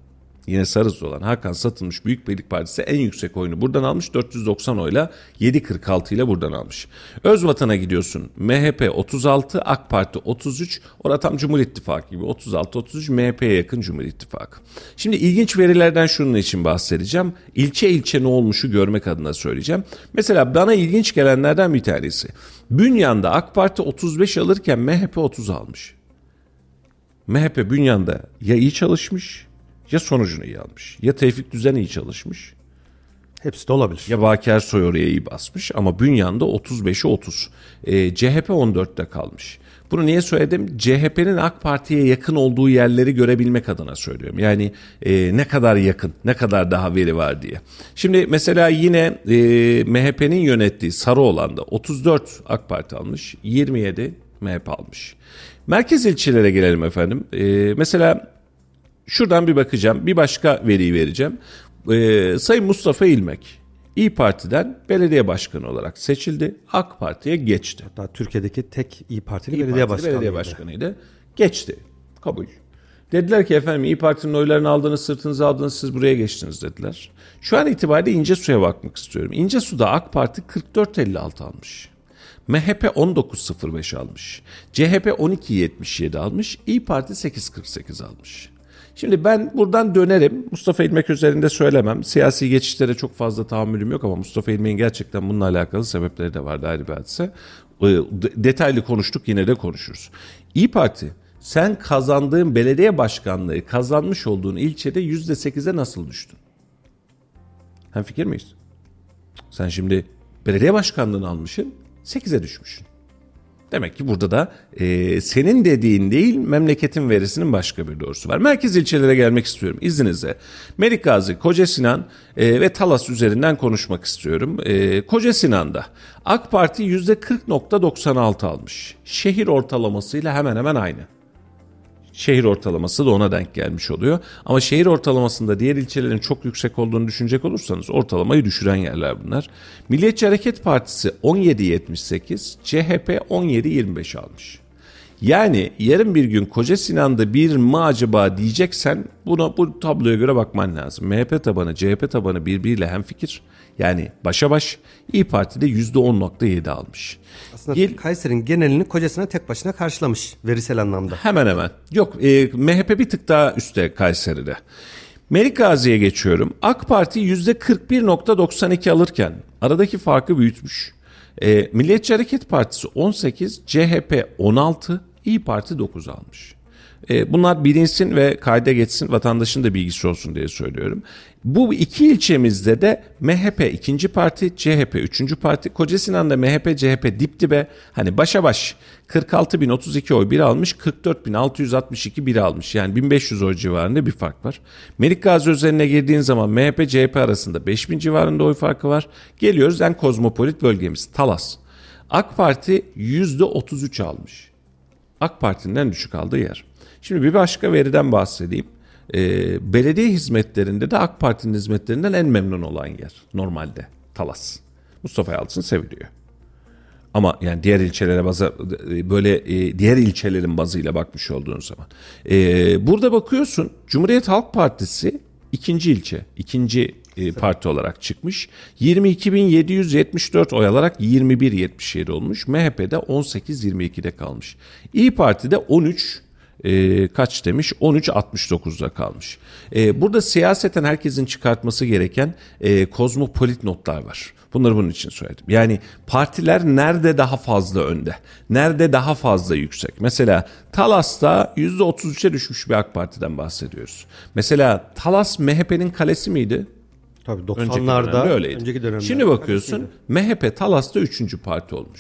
olan Hakan Satılmış Büyük Birlik Partisi en yüksek oyunu buradan almış. 490 oyla 7.46 ile buradan almış. Özvatan'a gidiyorsun. MHP 36, AK Parti 33. Orada tam Cumhur İttifakı gibi 36-33 MHP'ye yakın Cumhur İttifakı. Şimdi ilginç verilerden şunun için bahsedeceğim. İlçe ne olmuşu görmek adına söyleyeceğim. Mesela bana ilginç gelenlerden bir tanesi. Bünyan'da AK Parti 35 alırken MHP 30 almış. MHP Bünyan'da ya iyi çalışmış ya sonucunu iyi almış. Ya Tevfik Düzen iyi çalışmış. Hepsi de olabilir. Ya Baki Ersoy oraya iyi basmış ama Bünyan'da 35'e 30. CHP 14'te kalmış. Bunu niye söyledim? CHP'nin AK Parti'ye yakın olduğu yerleri görebilmek adına söylüyorum. Yani ne kadar yakın, ne kadar daha veri var diye. Şimdi mesela yine MHP'nin yönettiği Sarıoğlan'da 34 AK Parti almış, 27 MHP almış. Merkez ilçelere gelelim efendim. Mesela şuradan bir bakacağım, bir başka veriyi vereceğim. Sayın Mustafa İlmek İYİ Parti'den belediye başkanı olarak seçildi. AK Parti'ye geçti. Hatta Türkiye'deki tek İYİ Partili İYİ belediye Partili başkanıydı. belediye başkanıydı. Geçti. Kabul. Dediler ki efendim İYİ Parti'nin oylarını aldınız, sırtınıza aldınız, siz buraya geçtiniz dediler. Şu an itibariyle İncesu'ya bakmak istiyorum. İncesu'da AK Parti 44.56 almış. MHP 19.05 almış. CHP 12.77 almış. İYİ Parti 8.48 almış. Şimdi ben buradan dönerim. Mustafa İlmek üzerinde söylemem. Siyasi geçişlere çok fazla tahammülüm yok ama Mustafa İlmek'in gerçekten bununla alakalı sebepleri de vardı, ayrı bir hadise. Detaylı konuştuk, yine de konuşuruz. İYİ Parti, sen kazandığın belediye başkanlığı kazanmış olduğun ilçede %8'e nasıl düştün? Hemfikir miyiz? Sen şimdi belediye başkanlığını almışsın, 8'e düşmüşsün. Demek ki burada da senin dediğin değil, memleketin verisinin başka bir doğrusu var. Merkez ilçelere gelmek istiyorum izninizle. Melikgazi, Kocasinan ve Talas üzerinden konuşmak istiyorum. Kocasinan'da AK Parti %40.96 almış. Şehir ortalamasıyla hemen hemen aynı. Şehir ortalaması da ona denk gelmiş oluyor. Ama şehir ortalamasında diğer ilçelerin çok yüksek olduğunu düşünecek olursanız ortalamayı düşüren yerler bunlar. Milliyetçi Hareket Partisi 17.78, CHP 17.25 almış. Yani yarın bir gün Koca Sinan'da bir mi acaba diyeceksen bu tabloya göre bakman lazım. MHP tabanı, CHP tabanı birbiriyle hemfikir. Yani başa baş. İYİ Parti de %10.7 almış. Aslında Kayseri'nin genelini Kocasinan tek başına karşılamış verisel anlamda. Hemen hemen. Yok MHP bir tık daha üstte Kayseri'de. Melikgazi'ye geçiyorum. AK Parti %41.92 alırken aradaki farkı büyütmüş. Milliyetçi Hareket Partisi 18, CHP 16, İYİ Parti 9 almış. Bunlar bilinsin ve kayda geçsin, vatandaşın da bilgisi olsun diye söylüyorum. Bu iki ilçemizde de MHP ikinci parti, CHP üçüncü parti. Kocasinan'da MHP, CHP dip dibe. Hani başa baş 46.032 oy biri almış, 44.662 biri almış. Yani 1500 oy civarında bir fark var. Melikgazi özeline girdiğin zaman MHP, CHP arasında 5000 civarında oy farkı var. Geliyoruz en kozmopolit bölgemiz Talas. AK Parti %33 almış. AK Parti'nin en düşük aldığı yer. Şimdi bir başka veriden bahsedeyim. Belediye hizmetlerinde de AK Parti'nin hizmetlerinden en memnun olan yer normalde Talas. Mustafa Yalçın seviliyor. Ama yani diğer ilçelere diğer ilçelerin bazıyla bakmış olduğun zaman. Burada bakıyorsun Cumhuriyet Halk Partisi ikinci ilçe, ikinci parti olarak çıkmış. 22.774 oy alarak 21.77 olmuş. MHP'de 18.22'de kalmış. İYİ Parti'de 13 kaç demiş? 13.69'da kalmış. Burada siyaseten herkesin çıkartması gereken kozmopolit notlar var. Bunları bunun için söyledim. Yani partiler nerede daha fazla önde? Nerede daha fazla yüksek? Mesela Talas'ta %33'e düşmüş bir AK Parti'den bahsediyoruz. Mesela Talas MHP'nin kalesi miydi? Tabii 90'larda öyleydi. Önceki dönemde. Şimdi bakıyorsun MHP Talas'ta 3. parti olmuş.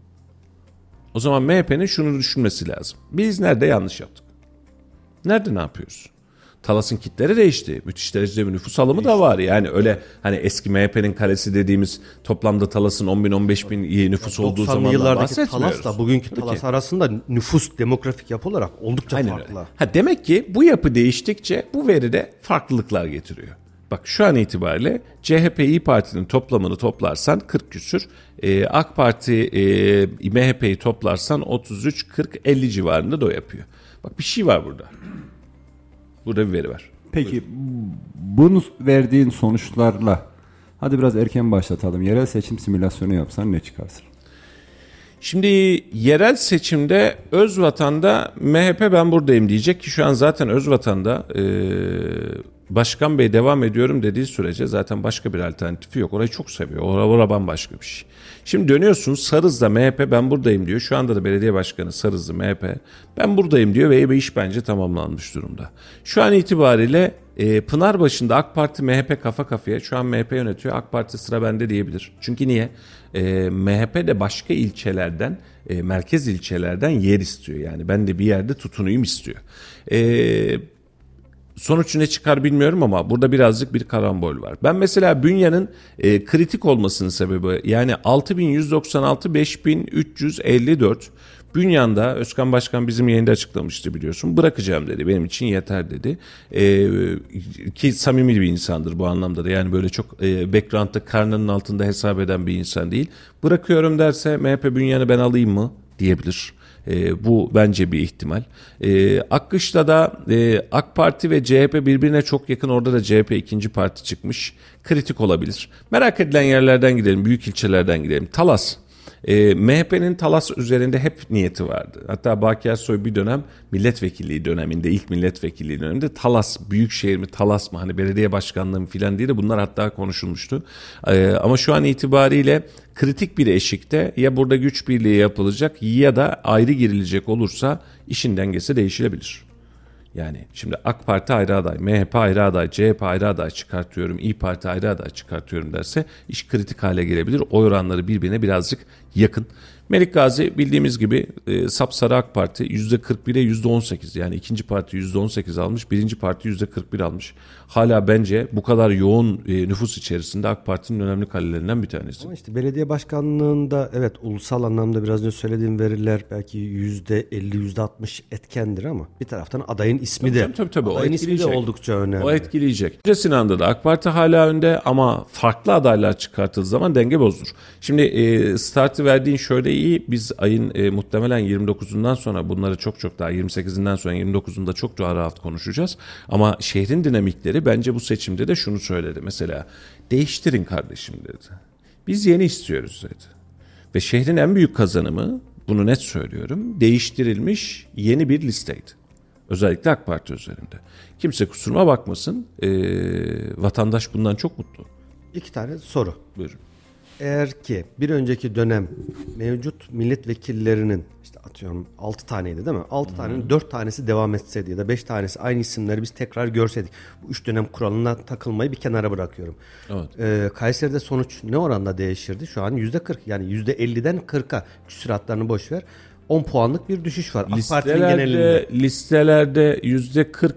O zaman MHP'nin şunu düşünmesi lazım. Biz nerede yanlış yaptık? Nerede ne yapıyoruz? Talas'ın kitleri değişti. Müthiş derecede bir nüfus alımı da var. Yani öyle hani eski MHP'nin kalesi dediğimiz toplamda Talas'ın 10.000-15.000 nüfus olduğu zamanlar bahsetmiyoruz. Talas'la bugünkü Talas arasında nüfus demografik yapı olarak oldukça aynen farklı. Öyle. Demek ki bu yapı değiştikçe bu veride farklılıklar getiriyor. Bak şu an itibariyle CHP İYİ Parti'nin toplamını toplarsan 40 küsür. AK Parti MHP'yi toplarsan 33-40-50 civarında da o yapıyor. Bak bir şey var burada. Burada bir veri var. Peki bunu verdiğin sonuçlarla hadi biraz erken başlatalım. Yerel seçim simülasyonu yapsan ne çıkarsın? Şimdi yerel seçimde Özvatan'da MHP ben buradayım diyecek ki şu an zaten Özvatan'da Başkan Bey devam ediyorum dediği sürece zaten başka bir alternatifi yok. Orayı çok seviyor. Orada bambaşka bir şey. Şimdi dönüyorsun Sarız'da MHP ben buradayım diyor. Şu anda da belediye başkanı Sarızlı MHP ben buradayım diyor ve iş bence tamamlanmış durumda. Şu an itibariyle Pınarbaşı'nda AK Parti MHP kafa kafaya. Şu an MHP yönetiyor. AK Parti sıra bende diyebilir. Çünkü niye? MHP de başka ilçelerden, merkez ilçelerden yer istiyor. Yani ben de bir yerde tutunayım istiyor. Sonuç ne çıkar bilmiyorum ama burada birazcık bir karambol var. Ben mesela Bünyan'ın kritik olmasının sebebi yani 6.196-5.354 Bünyan'da Özkan Başkan bizim yayında açıklamıştı biliyorsun. Bırakacağım dedi. Benim için yeter dedi. Ki samimi bir insandır bu anlamda da. Yani böyle çok background'da karnının altında hesap eden bir insan değil. Bırakıyorum derse MHP Bünyan'ı ben alayım mı diyebilir. Bu bence bir ihtimal. Akkışla'da AK Parti ve CHP birbirine çok yakın. Orada da CHP ikinci parti çıkmış. Kritik olabilir. Merak edilen yerlerden gidelim. Büyük ilçelerden gidelim. Talas. MHP'nin Talas üzerinde hep niyeti vardı. Hatta Baki Ersoy bir dönem milletvekilliği döneminde, ilk milletvekilliği döneminde Talas, büyükşehir mi Talas mı hani belediye başkanlığı mı filan diye de bunlar hatta konuşulmuştu. Ama şu an itibariyle kritik bir eşikte ya burada güç birliği yapılacak ya da ayrı girilecek olursa işin dengesi değişebilir. Yani şimdi AK Parti ayrı aday, MHP ayrı aday, CHP ayrı aday çıkartıyorum, İYİ Parti ayrı aday çıkartıyorum derse iş kritik hale gelebilir. Oy oranları birbirine birazcık yakın. Melik Gazi bildiğimiz gibi sapsarı AK Parti %41'e %18, yani ikinci parti %18 almış, birinci parti %41 almış. Hala bence bu kadar yoğun nüfus içerisinde AK Parti'nin önemli kalelerinden bir tanesi. Ama işte belediye başkanlığında evet ulusal anlamda biraz önce söylediğim veriler belki %50, %60 etkendir ama bir taraftan adayın ismi de Tabii. adayın ismi de oldukça önemli. O etkileyecek. Sinan'da da AK Parti hala önde ama farklı adaylar çıkartıldığı zaman denge bozulur. Şimdi startı verdiğin şöyle iyi. Biz ayın muhtemelen 29'undan sonra bunları çok daha 28'inden sonra 29'unda çok daha rahat konuşacağız. Ama şehrin dinamikleri bence bu seçimde de şunu söyledi. Mesela değiştirin kardeşim dedi. Biz yeni istiyoruz dedi. Ve şehrin en büyük kazanımı, bunu net söylüyorum, değiştirilmiş yeni bir listeydi. Özellikle AK Parti üzerinde. Kimse kusuruma bakmasın. Vatandaş bundan çok mutlu. 2 tane soru. Buyurun. Eğer ki bir önceki dönem mevcut milletvekillerinin işte atıyorum 6 taneydi değil mi? 6 tanenin 4 tanesi devam etseydi ya da 5 tanesi aynı isimleri biz tekrar görseydik. Bu 3 dönem kuralına takılmayı bir kenara bırakıyorum. Evet. Kayseri'de sonuç ne oranda değişirdi? Şu an %40, yani %50'den 40'a, küsuratlarını boş ver. 10 puanlık bir düşüş var AK Parti'nin genelinde. Listelerde %40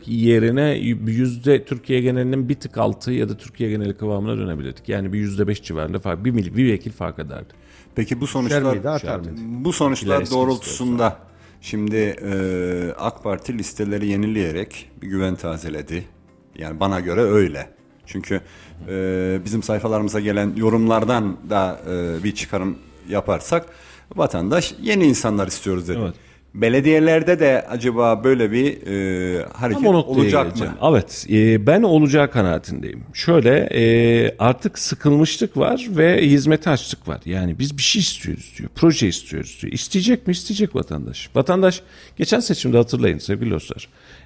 yerine Türkiye genelinin bir tık altı ya da Türkiye geneli kıvamına dönebilirdik. Yani bir %5 civarında fark, bir vekil fark ederdi. Peki bu Düşer miydi, sonuçlar artar mıydı? bu sonuçlar Eski doğrultusunda şimdi AK Parti listeleri yenileyerek bir güven tazeledi. Yani bana göre öyle. Çünkü bizim sayfalarımıza gelen yorumlardan da bir çıkarım yaparsak vatandaş yeni insanlar istiyoruz dedi. Evet. Belediyelerde de acaba böyle bir hareket olacak mı? Evet, ben olacağı kanaatindeyim. Şöyle artık sıkılmışlık var ve hizmete açlık var. Yani biz bir şey istiyoruz diyor, proje istiyoruz diyor. İsteyecek mi? İsteyecek vatandaş. Vatandaş geçen seçimde hatırlayın sevgili dostlar.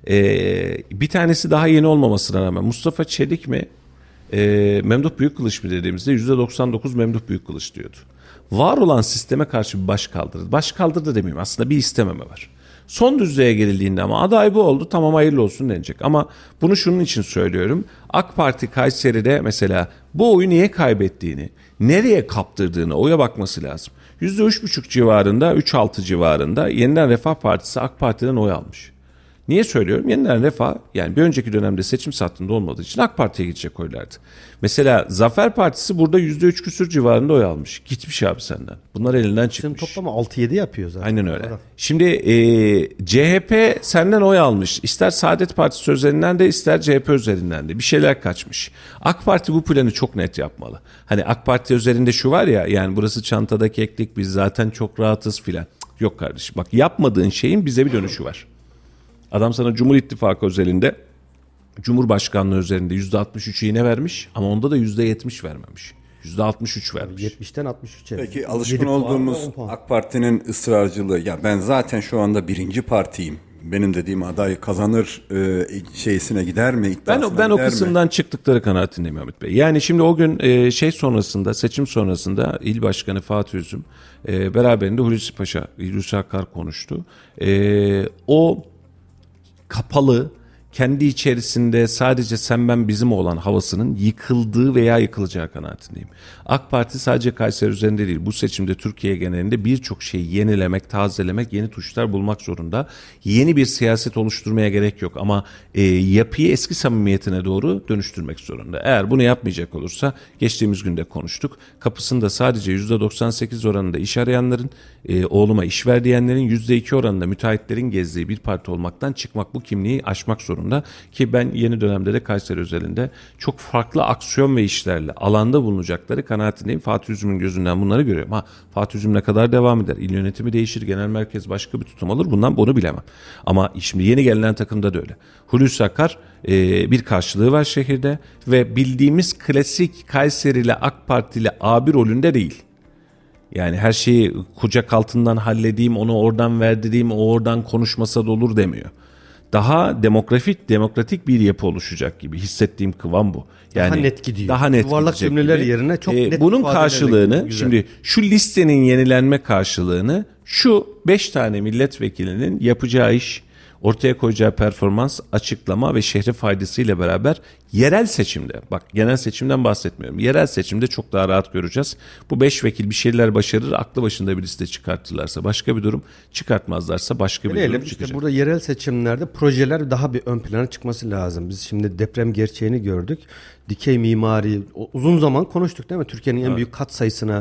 Bir tanesi daha yeni olmamasına rağmen Mustafa Çelik mi? Memduh Büyükkılıç mı dediğimizde %99 Memduh Büyükkılıç diyordu. Var olan sisteme karşı bir baş kaldırdı. Baş kaldırdı demeyeyim, aslında bir istememe var. Son düzlüğe gelindiğinde ama aday bu oldu, tamam hayırlı olsun denecek. Ama bunu şunun için söylüyorum. AK Parti Kayseri'de mesela bu oyu niye kaybettiğini, nereye kaptırdığını oya bakması lazım. %3,5 civarında, 3,6 civarında Yeniden Refah Partisi AK Parti'den oy almış. Niye söylüyorum? Yeniden Refah, yani bir önceki dönemde seçim sattığında olmadığı için AK Parti'ye gidecek oylardı. Mesela Zafer Partisi burada %3 küsür civarında oy almış. Gitmiş abi senden. Bunlar elinden çıkmış. Şimdi toplamı 6-7 yapıyor zaten. Aynen öyle. Şimdi CHP senden oy almış. İster Saadet Partisi üzerinden de ister CHP üzerinden de bir şeyler kaçmış. AK Parti bu planı çok net yapmalı. Hani AK Parti üzerinde şu var ya, yani burası çantada keklik, biz zaten çok rahatız filan. Yok kardeşim, bak yapmadığın şeyin bize bir dönüşü var. Adam sana Cumhur İttifakı özelinde, Cumhurbaşkanlığı üzerinde %63'ü yine vermiş ama onda da %70 vermemiş. %63 vermiş. 70'ten 63'e. Peki alışkın olduğumuz AK Parti'nin ısrarcılığı, ya ben zaten şu anda birinci partiyim, benim dediğim aday kazanır şeysine gider mi? Ben o kısımdan çıktıkları kanaatindeyim Ahmet Bey. Yani şimdi o gün seçim sonrasında İl Başkanı Fatih Üzüm beraberinde Hulusi Akar konuştu. O kapalı, kendi içerisinde sadece sen ben bizim olan havasının yıkıldığı veya yıkılacağı kanaatindeyim. AK Parti sadece Kayseri üzerinde değil, bu seçimde Türkiye genelinde birçok şeyi yenilemek, tazelemek, yeni tuşlar bulmak zorunda. Yeni bir siyaset oluşturmaya gerek yok ama yapıyı eski samimiyetine doğru dönüştürmek zorunda. Eğer bunu yapmayacak olursa, geçtiğimiz günde konuştuk, kapısında sadece %98 oranında iş arayanların, oğluma iş ver diyenlerin, %2 oranında müteahhitlerin gezdiği bir parti olmaktan çıkmak, bu kimliği aşmak zorunda. Ki ben yeni dönemde de Kayseri özelinde çok farklı aksiyon ve işlerle alanda bulunacakları kanaatindeyim. Fatih Üzüm'ün gözünden bunları görüyorum. Fatih Üzüm ne kadar devam eder? İl yönetimi değişir, genel merkez başka bir tutum alır. Bundan bunu bilemem. Ama şimdi yeni gelinen takımda da öyle. Hulusi Akar bir karşılığı var şehirde ve bildiğimiz klasik Kayserili AK Partili abi rolünde değil. Yani her şeyi kucak altından halledeyim, onu oradan verdireyim, o oradan konuşmasa da olur demiyor. Daha demokratik bir yapı oluşacak gibi hissettiğim kıvam bu. Yani daha net gidiyor. Daha net yuvarlak cümleler gibi. Yerine çok net. Bunun karşılığını, şimdi şu listenin yenilenme karşılığını şu 5 tane milletvekilinin yapacağı iş, ortaya koyacağı performans, açıklama ve şehre faydasıyla beraber yerel seçimde, bak genel seçimden bahsetmiyorum, yerel seçimde çok daha rahat göreceğiz. Bu 5 vekil bir şeyler başarır, aklı başında bir liste çıkartırlarsa başka bir durum, çıkartmazlarsa başka bir durum çıkacak. İşte burada yerel seçimlerde projeler daha bir ön plana çıkması lazım. Biz şimdi deprem gerçeğini gördük. Dikey mimari uzun zaman konuştuk değil mi? Türkiye'nin en büyük kat sayısına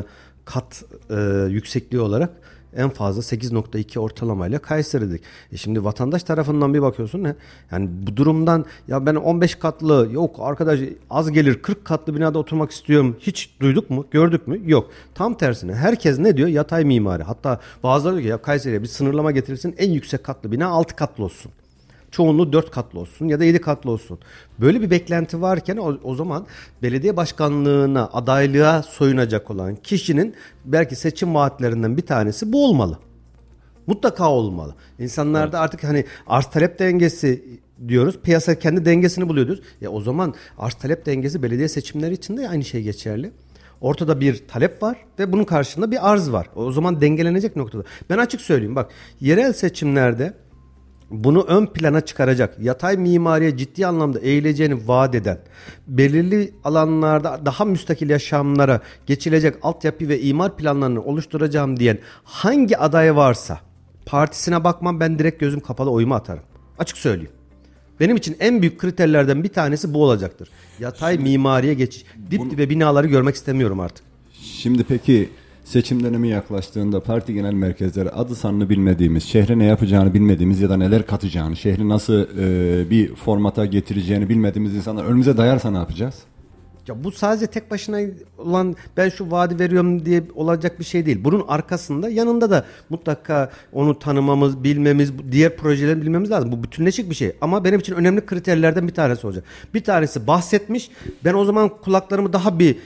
yüksekliği olarak en fazla 8.2 ortalamayla Kayseri'dik. Şimdi vatandaş tarafından bir bakıyorsun ne? Yani bu durumdan ya ben 15 katlı yok arkadaş az gelir 40 katlı binada oturmak istiyorum. Hiç duyduk mu? Gördük mü? Yok. Tam tersine herkes ne diyor? Yatay mimari. Hatta bazıları diyor ki ya Kayseri'ye bir sınırlama getirilsin en yüksek katlı bina 6 katlı olsun. Çoğunluğu 4 katlı olsun ya da 7 katlı olsun. Böyle bir beklenti varken o zaman belediye başkanlığına adaylığa soyunacak olan kişinin belki seçim vaatlerinden bir tanesi bu olmalı. Mutlaka olmalı. İnsanlarda artık hani arz talep dengesi diyoruz. Piyasa kendi dengesini buluyor diyoruz. O zaman arz talep dengesi belediye seçimleri için de aynı şey geçerli. Ortada bir talep var ve bunun karşılığında bir arz var. O zaman dengelenecek noktada. Ben açık söyleyeyim bak yerel seçimlerde bunu ön plana çıkaracak, yatay mimariye ciddi anlamda eğileceğini vaat eden, belirli alanlarda daha müstakil yaşamlara geçilecek altyapı ve imar planlarını oluşturacağım diyen hangi aday varsa partisine bakmam, ben direkt gözüm kapalı oyumu atarım. Açık söyleyeyim. Benim için en büyük kriterlerden bir tanesi bu olacaktır. Yatay mimariye geçiş. Dip dibe binaları görmek istemiyorum artık. Şimdi peki seçim dönemi yaklaştığında parti genel merkezleri adı sanını bilmediğimiz, şehre ne yapacağını bilmediğimiz ya da neler katacağını, şehri nasıl bir formata getireceğini bilmediğimiz insanlar önümüze dayarsa ne yapacağız? Ya bu sadece tek başına olan ben şu vaadi veriyorum diye olacak bir şey değil. Bunun arkasında yanında da mutlaka onu tanımamız, bilmemiz, diğer projeleri bilmemiz lazım. Bu bütünleşik bir şey. Ama benim için önemli kriterlerden bir tanesi olacak. Bir tanesi bahsetmiş. Ben o zaman kulaklarımı daha bir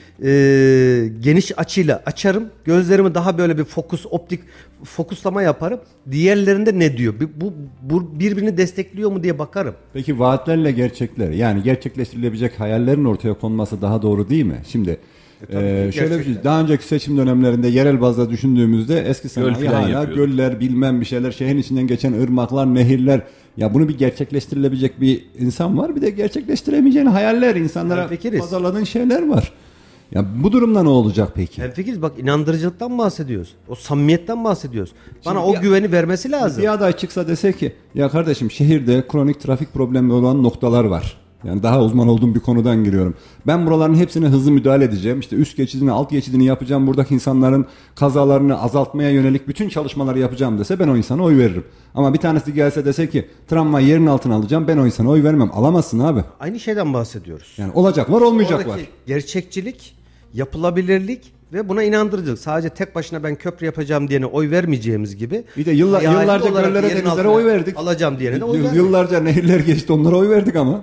geniş açıyla açarım. Gözlerimi daha böyle bir optik fokuslama yaparım. Diğerlerinde ne diyor? Bu birbirini destekliyor mu diye bakarım. Peki vaatlerle gerçekler, yani gerçekleştirilebilecek hayallerin ortaya konması daha doğru değil mi? Şimdi şöyle bir şey, daha önceki seçim dönemlerinde yerel bazda düşündüğümüzde eski sanayi hala göller, bilmem bir şeyler, şehrin içinden geçen ırmaklar, nehirler. Ya bunu bir gerçekleştirilebilecek bir insan var, bir de gerçekleştiremeyeceğin hayaller, insanlara pazarladığın şeyler var. Ya bu durumda ne olacak peki? Hemfikiriz, bak inandırıcılıktan bahsediyoruz. O samimiyetten bahsediyoruz. Bana şimdi o güveni vermesi lazım. Bir aday çıksa dese ki ya kardeşim şehirde kronik trafik problemi olan noktalar var. Yani daha uzman olduğum bir konudan giriyorum. Ben buraların hepsine hızlı müdahale edeceğim. İşte üst geçidini, alt geçidini yapacağım. Buradaki insanların kazalarını azaltmaya yönelik bütün çalışmaları yapacağım dese ben o insana oy veririm. Ama bir tanesi gelse dese ki tramvay yerin altına alacağım, ben o insana oy vermem. Alamazsın abi. Aynı şeyden bahsediyoruz. Yani olacak var, olmayacak oradaki var. Gerçekçilik, yapılabilirlik ve buna inandırıcılık. Sadece tek başına ben köprü yapacağım diyene oy vermeyeceğimiz gibi. Bir de yıllarca göllere, denizlere oy verdik. Alacağım diyene de oy verdik. Yıllarca nehirler geçti, onlara oy verdik ama.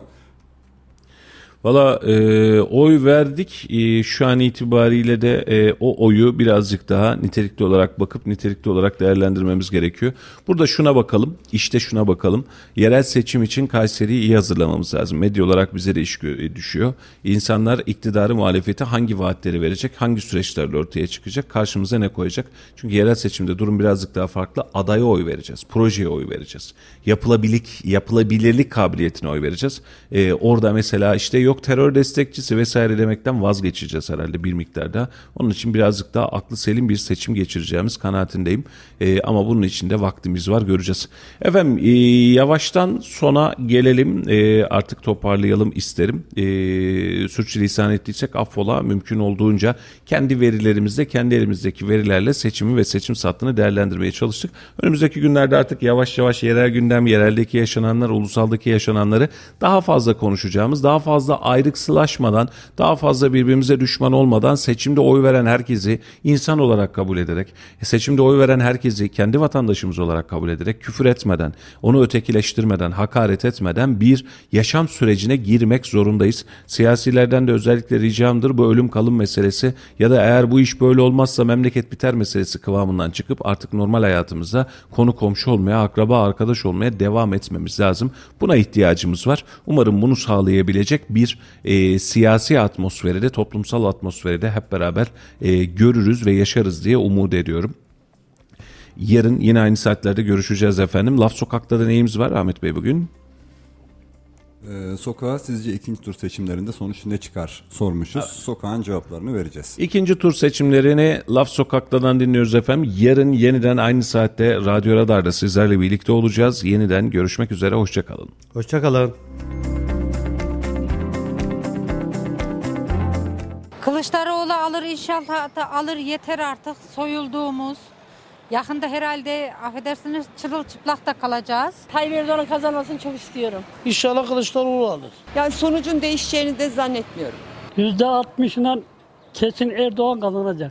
Valla oy verdik. Şu an itibariyle de o oyu birazcık daha nitelikli olarak bakıp nitelikli olarak değerlendirmemiz gerekiyor. Burada şuna bakalım, işte şuna bakalım. Yerel seçim için Kayseri'yi iyi hazırlamamız lazım. Medya olarak bize de iş düşüyor. İnsanlar iktidarı, muhalefeti hangi vaatleri verecek, hangi süreçlerle ortaya çıkacak, karşımıza ne koyacak? Çünkü yerel seçimde durum birazcık daha farklı. Adaya oy vereceğiz, projeye oy vereceğiz. Yapılabilirlik kabiliyetine oy vereceğiz. Orada mesela işte yok terör destekçisi vesaire demekten vazgeçeceğiz herhalde bir miktarda. Onun için birazcık daha aklı selim bir seçim geçireceğimiz kanaatindeyim. Ama bunun için de vaktimiz var, göreceğiz. Efendim yavaştan sona gelelim. Artık toparlayalım isterim. Sürçülisan ettiysek affola, mümkün olduğunca kendi verilerimizde, kendi elimizdeki verilerle seçimi ve seçim sattığını değerlendirmeye çalıştık. Önümüzdeki günlerde artık yavaş yavaş yerel gündem, yereldeki yaşananlar, ulusaldaki yaşananları daha fazla konuşacağımız, daha fazla ayrıksılaşmadan, daha fazla birbirimize düşman olmadan seçimde oy veren herkesi insan olarak kabul ederek, seçimde oy veren herkesi kendi vatandaşımız olarak kabul ederek, küfür etmeden, onu ötekileştirmeden, hakaret etmeden bir yaşam sürecine girmek zorundayız. Siyasilerden de özellikle ricamdır bu ölüm kalım meselesi ya da eğer bu iş böyle olmazsa memleket biter meselesi kıvamından çıkıp artık normal hayatımızda konu komşu olmaya, akraba arkadaş olmaya devam etmemiz lazım. Buna ihtiyacımız var. Umarım bunu sağlayabilecek bir siyasi atmosferi de, toplumsal atmosferi de hep beraber görürüz ve yaşarız diye umut ediyorum. Yarın yine aynı saatlerde görüşeceğiz efendim. Laf Sokak'ta da neyimiz var Ahmet Bey bugün? Sokağa sizce ikinci tur seçimlerinde sonuç ne çıkar sormuşuz. Evet. Sokağın cevaplarını vereceğiz. İkinci tur seçimlerini Laf Sokak'tan dinliyoruz efendim. Yarın yeniden aynı saatte Radyo Radar'da sizlerle birlikte olacağız. Yeniden görüşmek üzere. Hoşçakalın. Hoşçakalın. Kılıçdaroğlu alır inşallah da alır, yeter artık soyulduğumuz. Yakında herhalde affedersiniz çırılçıplak da kalacağız. Tayyip Erdoğan'ın kazanmasını çok istiyorum. İnşallah Kılıçdaroğlu alır. Yani sonucun değişeceğini de zannetmiyorum. %60'ından kesin Erdoğan kazanacak.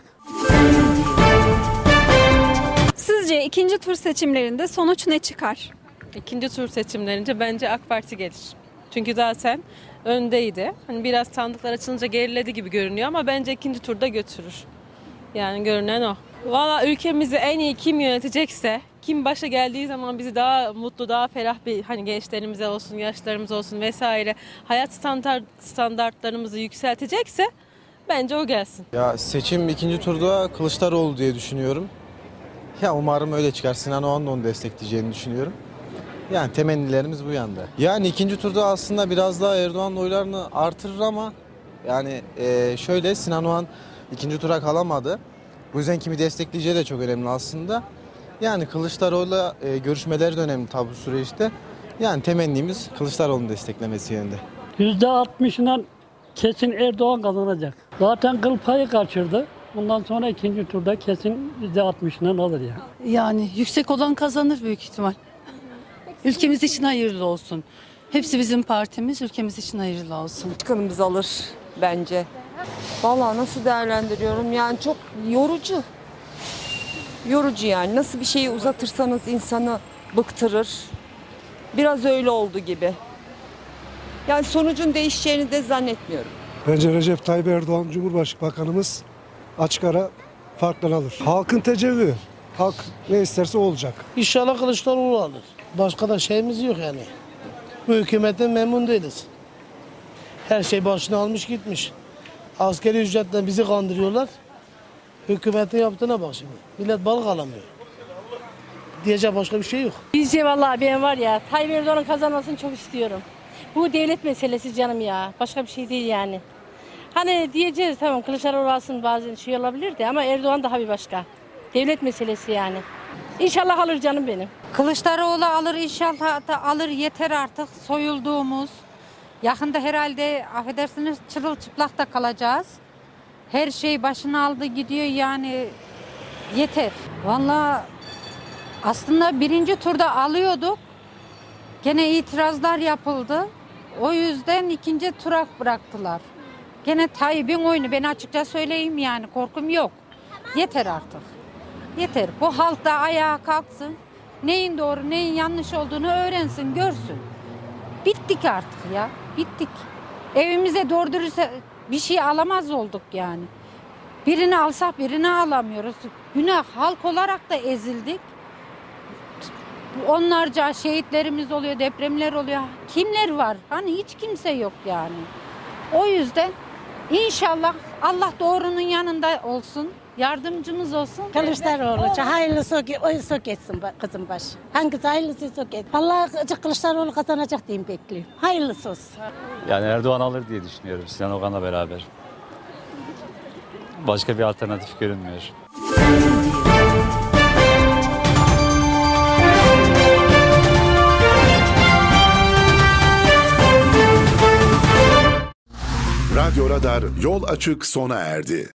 Sizce ikinci tur seçimlerinde sonuç ne çıkar? İkinci tur seçimlerince bence AK Parti gelir. Çünkü zaten öndeydi. Hani biraz sandıklar açılınca geriledi gibi görünüyor ama bence ikinci turda götürür. Yani görünen o. Valla ülkemizi en iyi kim yönetecekse, kim başa geldiği zaman bizi daha mutlu, daha ferah bir hani gençlerimize olsun, yaşlarımız olsun vesaire hayat standartlarımızı yükseltecekse bence o gelsin. Ya seçim ikinci turda Kılıçdaroğlu diye düşünüyorum. Ya umarım öyle çıkar. Sinan Oğan'ın onu destekleyeceğini düşünüyorum. Yani temennilerimiz bu yanda. Yani ikinci turda aslında biraz daha Erdoğan'ın oylarını artırır ama yani şöyle Sinan Oğan ikinci tura kalamadı. Bu yüzden kimi destekleyeceği de çok önemli aslında. Yani Kılıçdaroğlu'yla görüşmeleri de önemli tabi bu süreçte. Yani temennimiz Kılıçdaroğlu'nu desteklemesi yönünde. %60'ından kesin Erdoğan kazanacak. Zaten kıl payı kaçırdı. Bundan sonra ikinci turda kesin %60'ından alır ya. Yani yüksek olan kazanır büyük ihtimal. Ülkemiz için hayırlı olsun. Hepsi bizim partimiz, ülkemiz için hayırlı olsun. Başkanımız alır bence. Vallahi nasıl değerlendiriyorum? Yani çok yorucu. Yorucu yani. Nasıl bir şeyi uzatırsanız insanı bıktırır. Biraz öyle oldu gibi. Yani sonucun değişeceğini de zannetmiyorum. Bence Recep Tayyip Erdoğan Cumhurbaşkanımız açık ara farklı alır. Halkın tecevvü. Halk ne isterse olacak. İnşallah Kılıçdaroğlu alır. Başka da şeyimiz yok yani. Bu hükümetten memnun değiliz. Her şey başına almış gitmiş. Askeri ücretle bizi kandırıyorlar. Hükümetin yaptığına bak şimdi. Millet balık alamıyor. Diyecek başka bir şey yok. Bizce vallahi ben var ya Tayyip Erdoğan'ın kazanmasını çok istiyorum. Bu devlet meselesi canım ya. Başka bir şey değil yani. Hani diyeceğiz tamam Kılıçdaroğlu alsın bazen şey olabilir de ama Erdoğan daha bir başka. Devlet meselesi yani. İnşallah alır canım benim. Kılıçdaroğlu alır inşallah da alır, yeter artık soyulduğumuz. Yakında herhalde affedersiniz çırılçıplak da kalacağız. Her şey başına aldı gidiyor yani yeter. Vallahi aslında birinci turda alıyorduk. Gene itirazlar yapıldı. O yüzden ikinci tura bıraktılar. Gene Tayyip'in oyunu ben açıkça söyleyeyim yani korkum yok. Yeter artık. Yeter. Bu halk da ayağa kalksın. Neyin doğru neyin yanlış olduğunu öğrensin, görsün. Bittik artık ya. Bittik. Evimize doğru dürüst bir şey alamaz olduk yani. Birini alsak birini alamıyoruz. Günah halk olarak da ezildik. Onlarca şehitlerimiz oluyor, depremler oluyor. Kimler var? Hani hiç kimse yok yani. O yüzden inşallah Allah doğrunun yanında olsun. Yardımcımız olsun. Kılıçdaroğlu. Hayırlısı oysa geçsin kızım baş. Hangisi hayırlısı geç. Vallahi Kılıçdaroğlu kazanacak diye bekliyorum. Hayırlısı olsun. Yani Erdoğan alır diye düşünüyorum Sinan Oğan'la beraber. Başka bir alternatif görünmüyor. Radyo Radar yol açık sona erdi.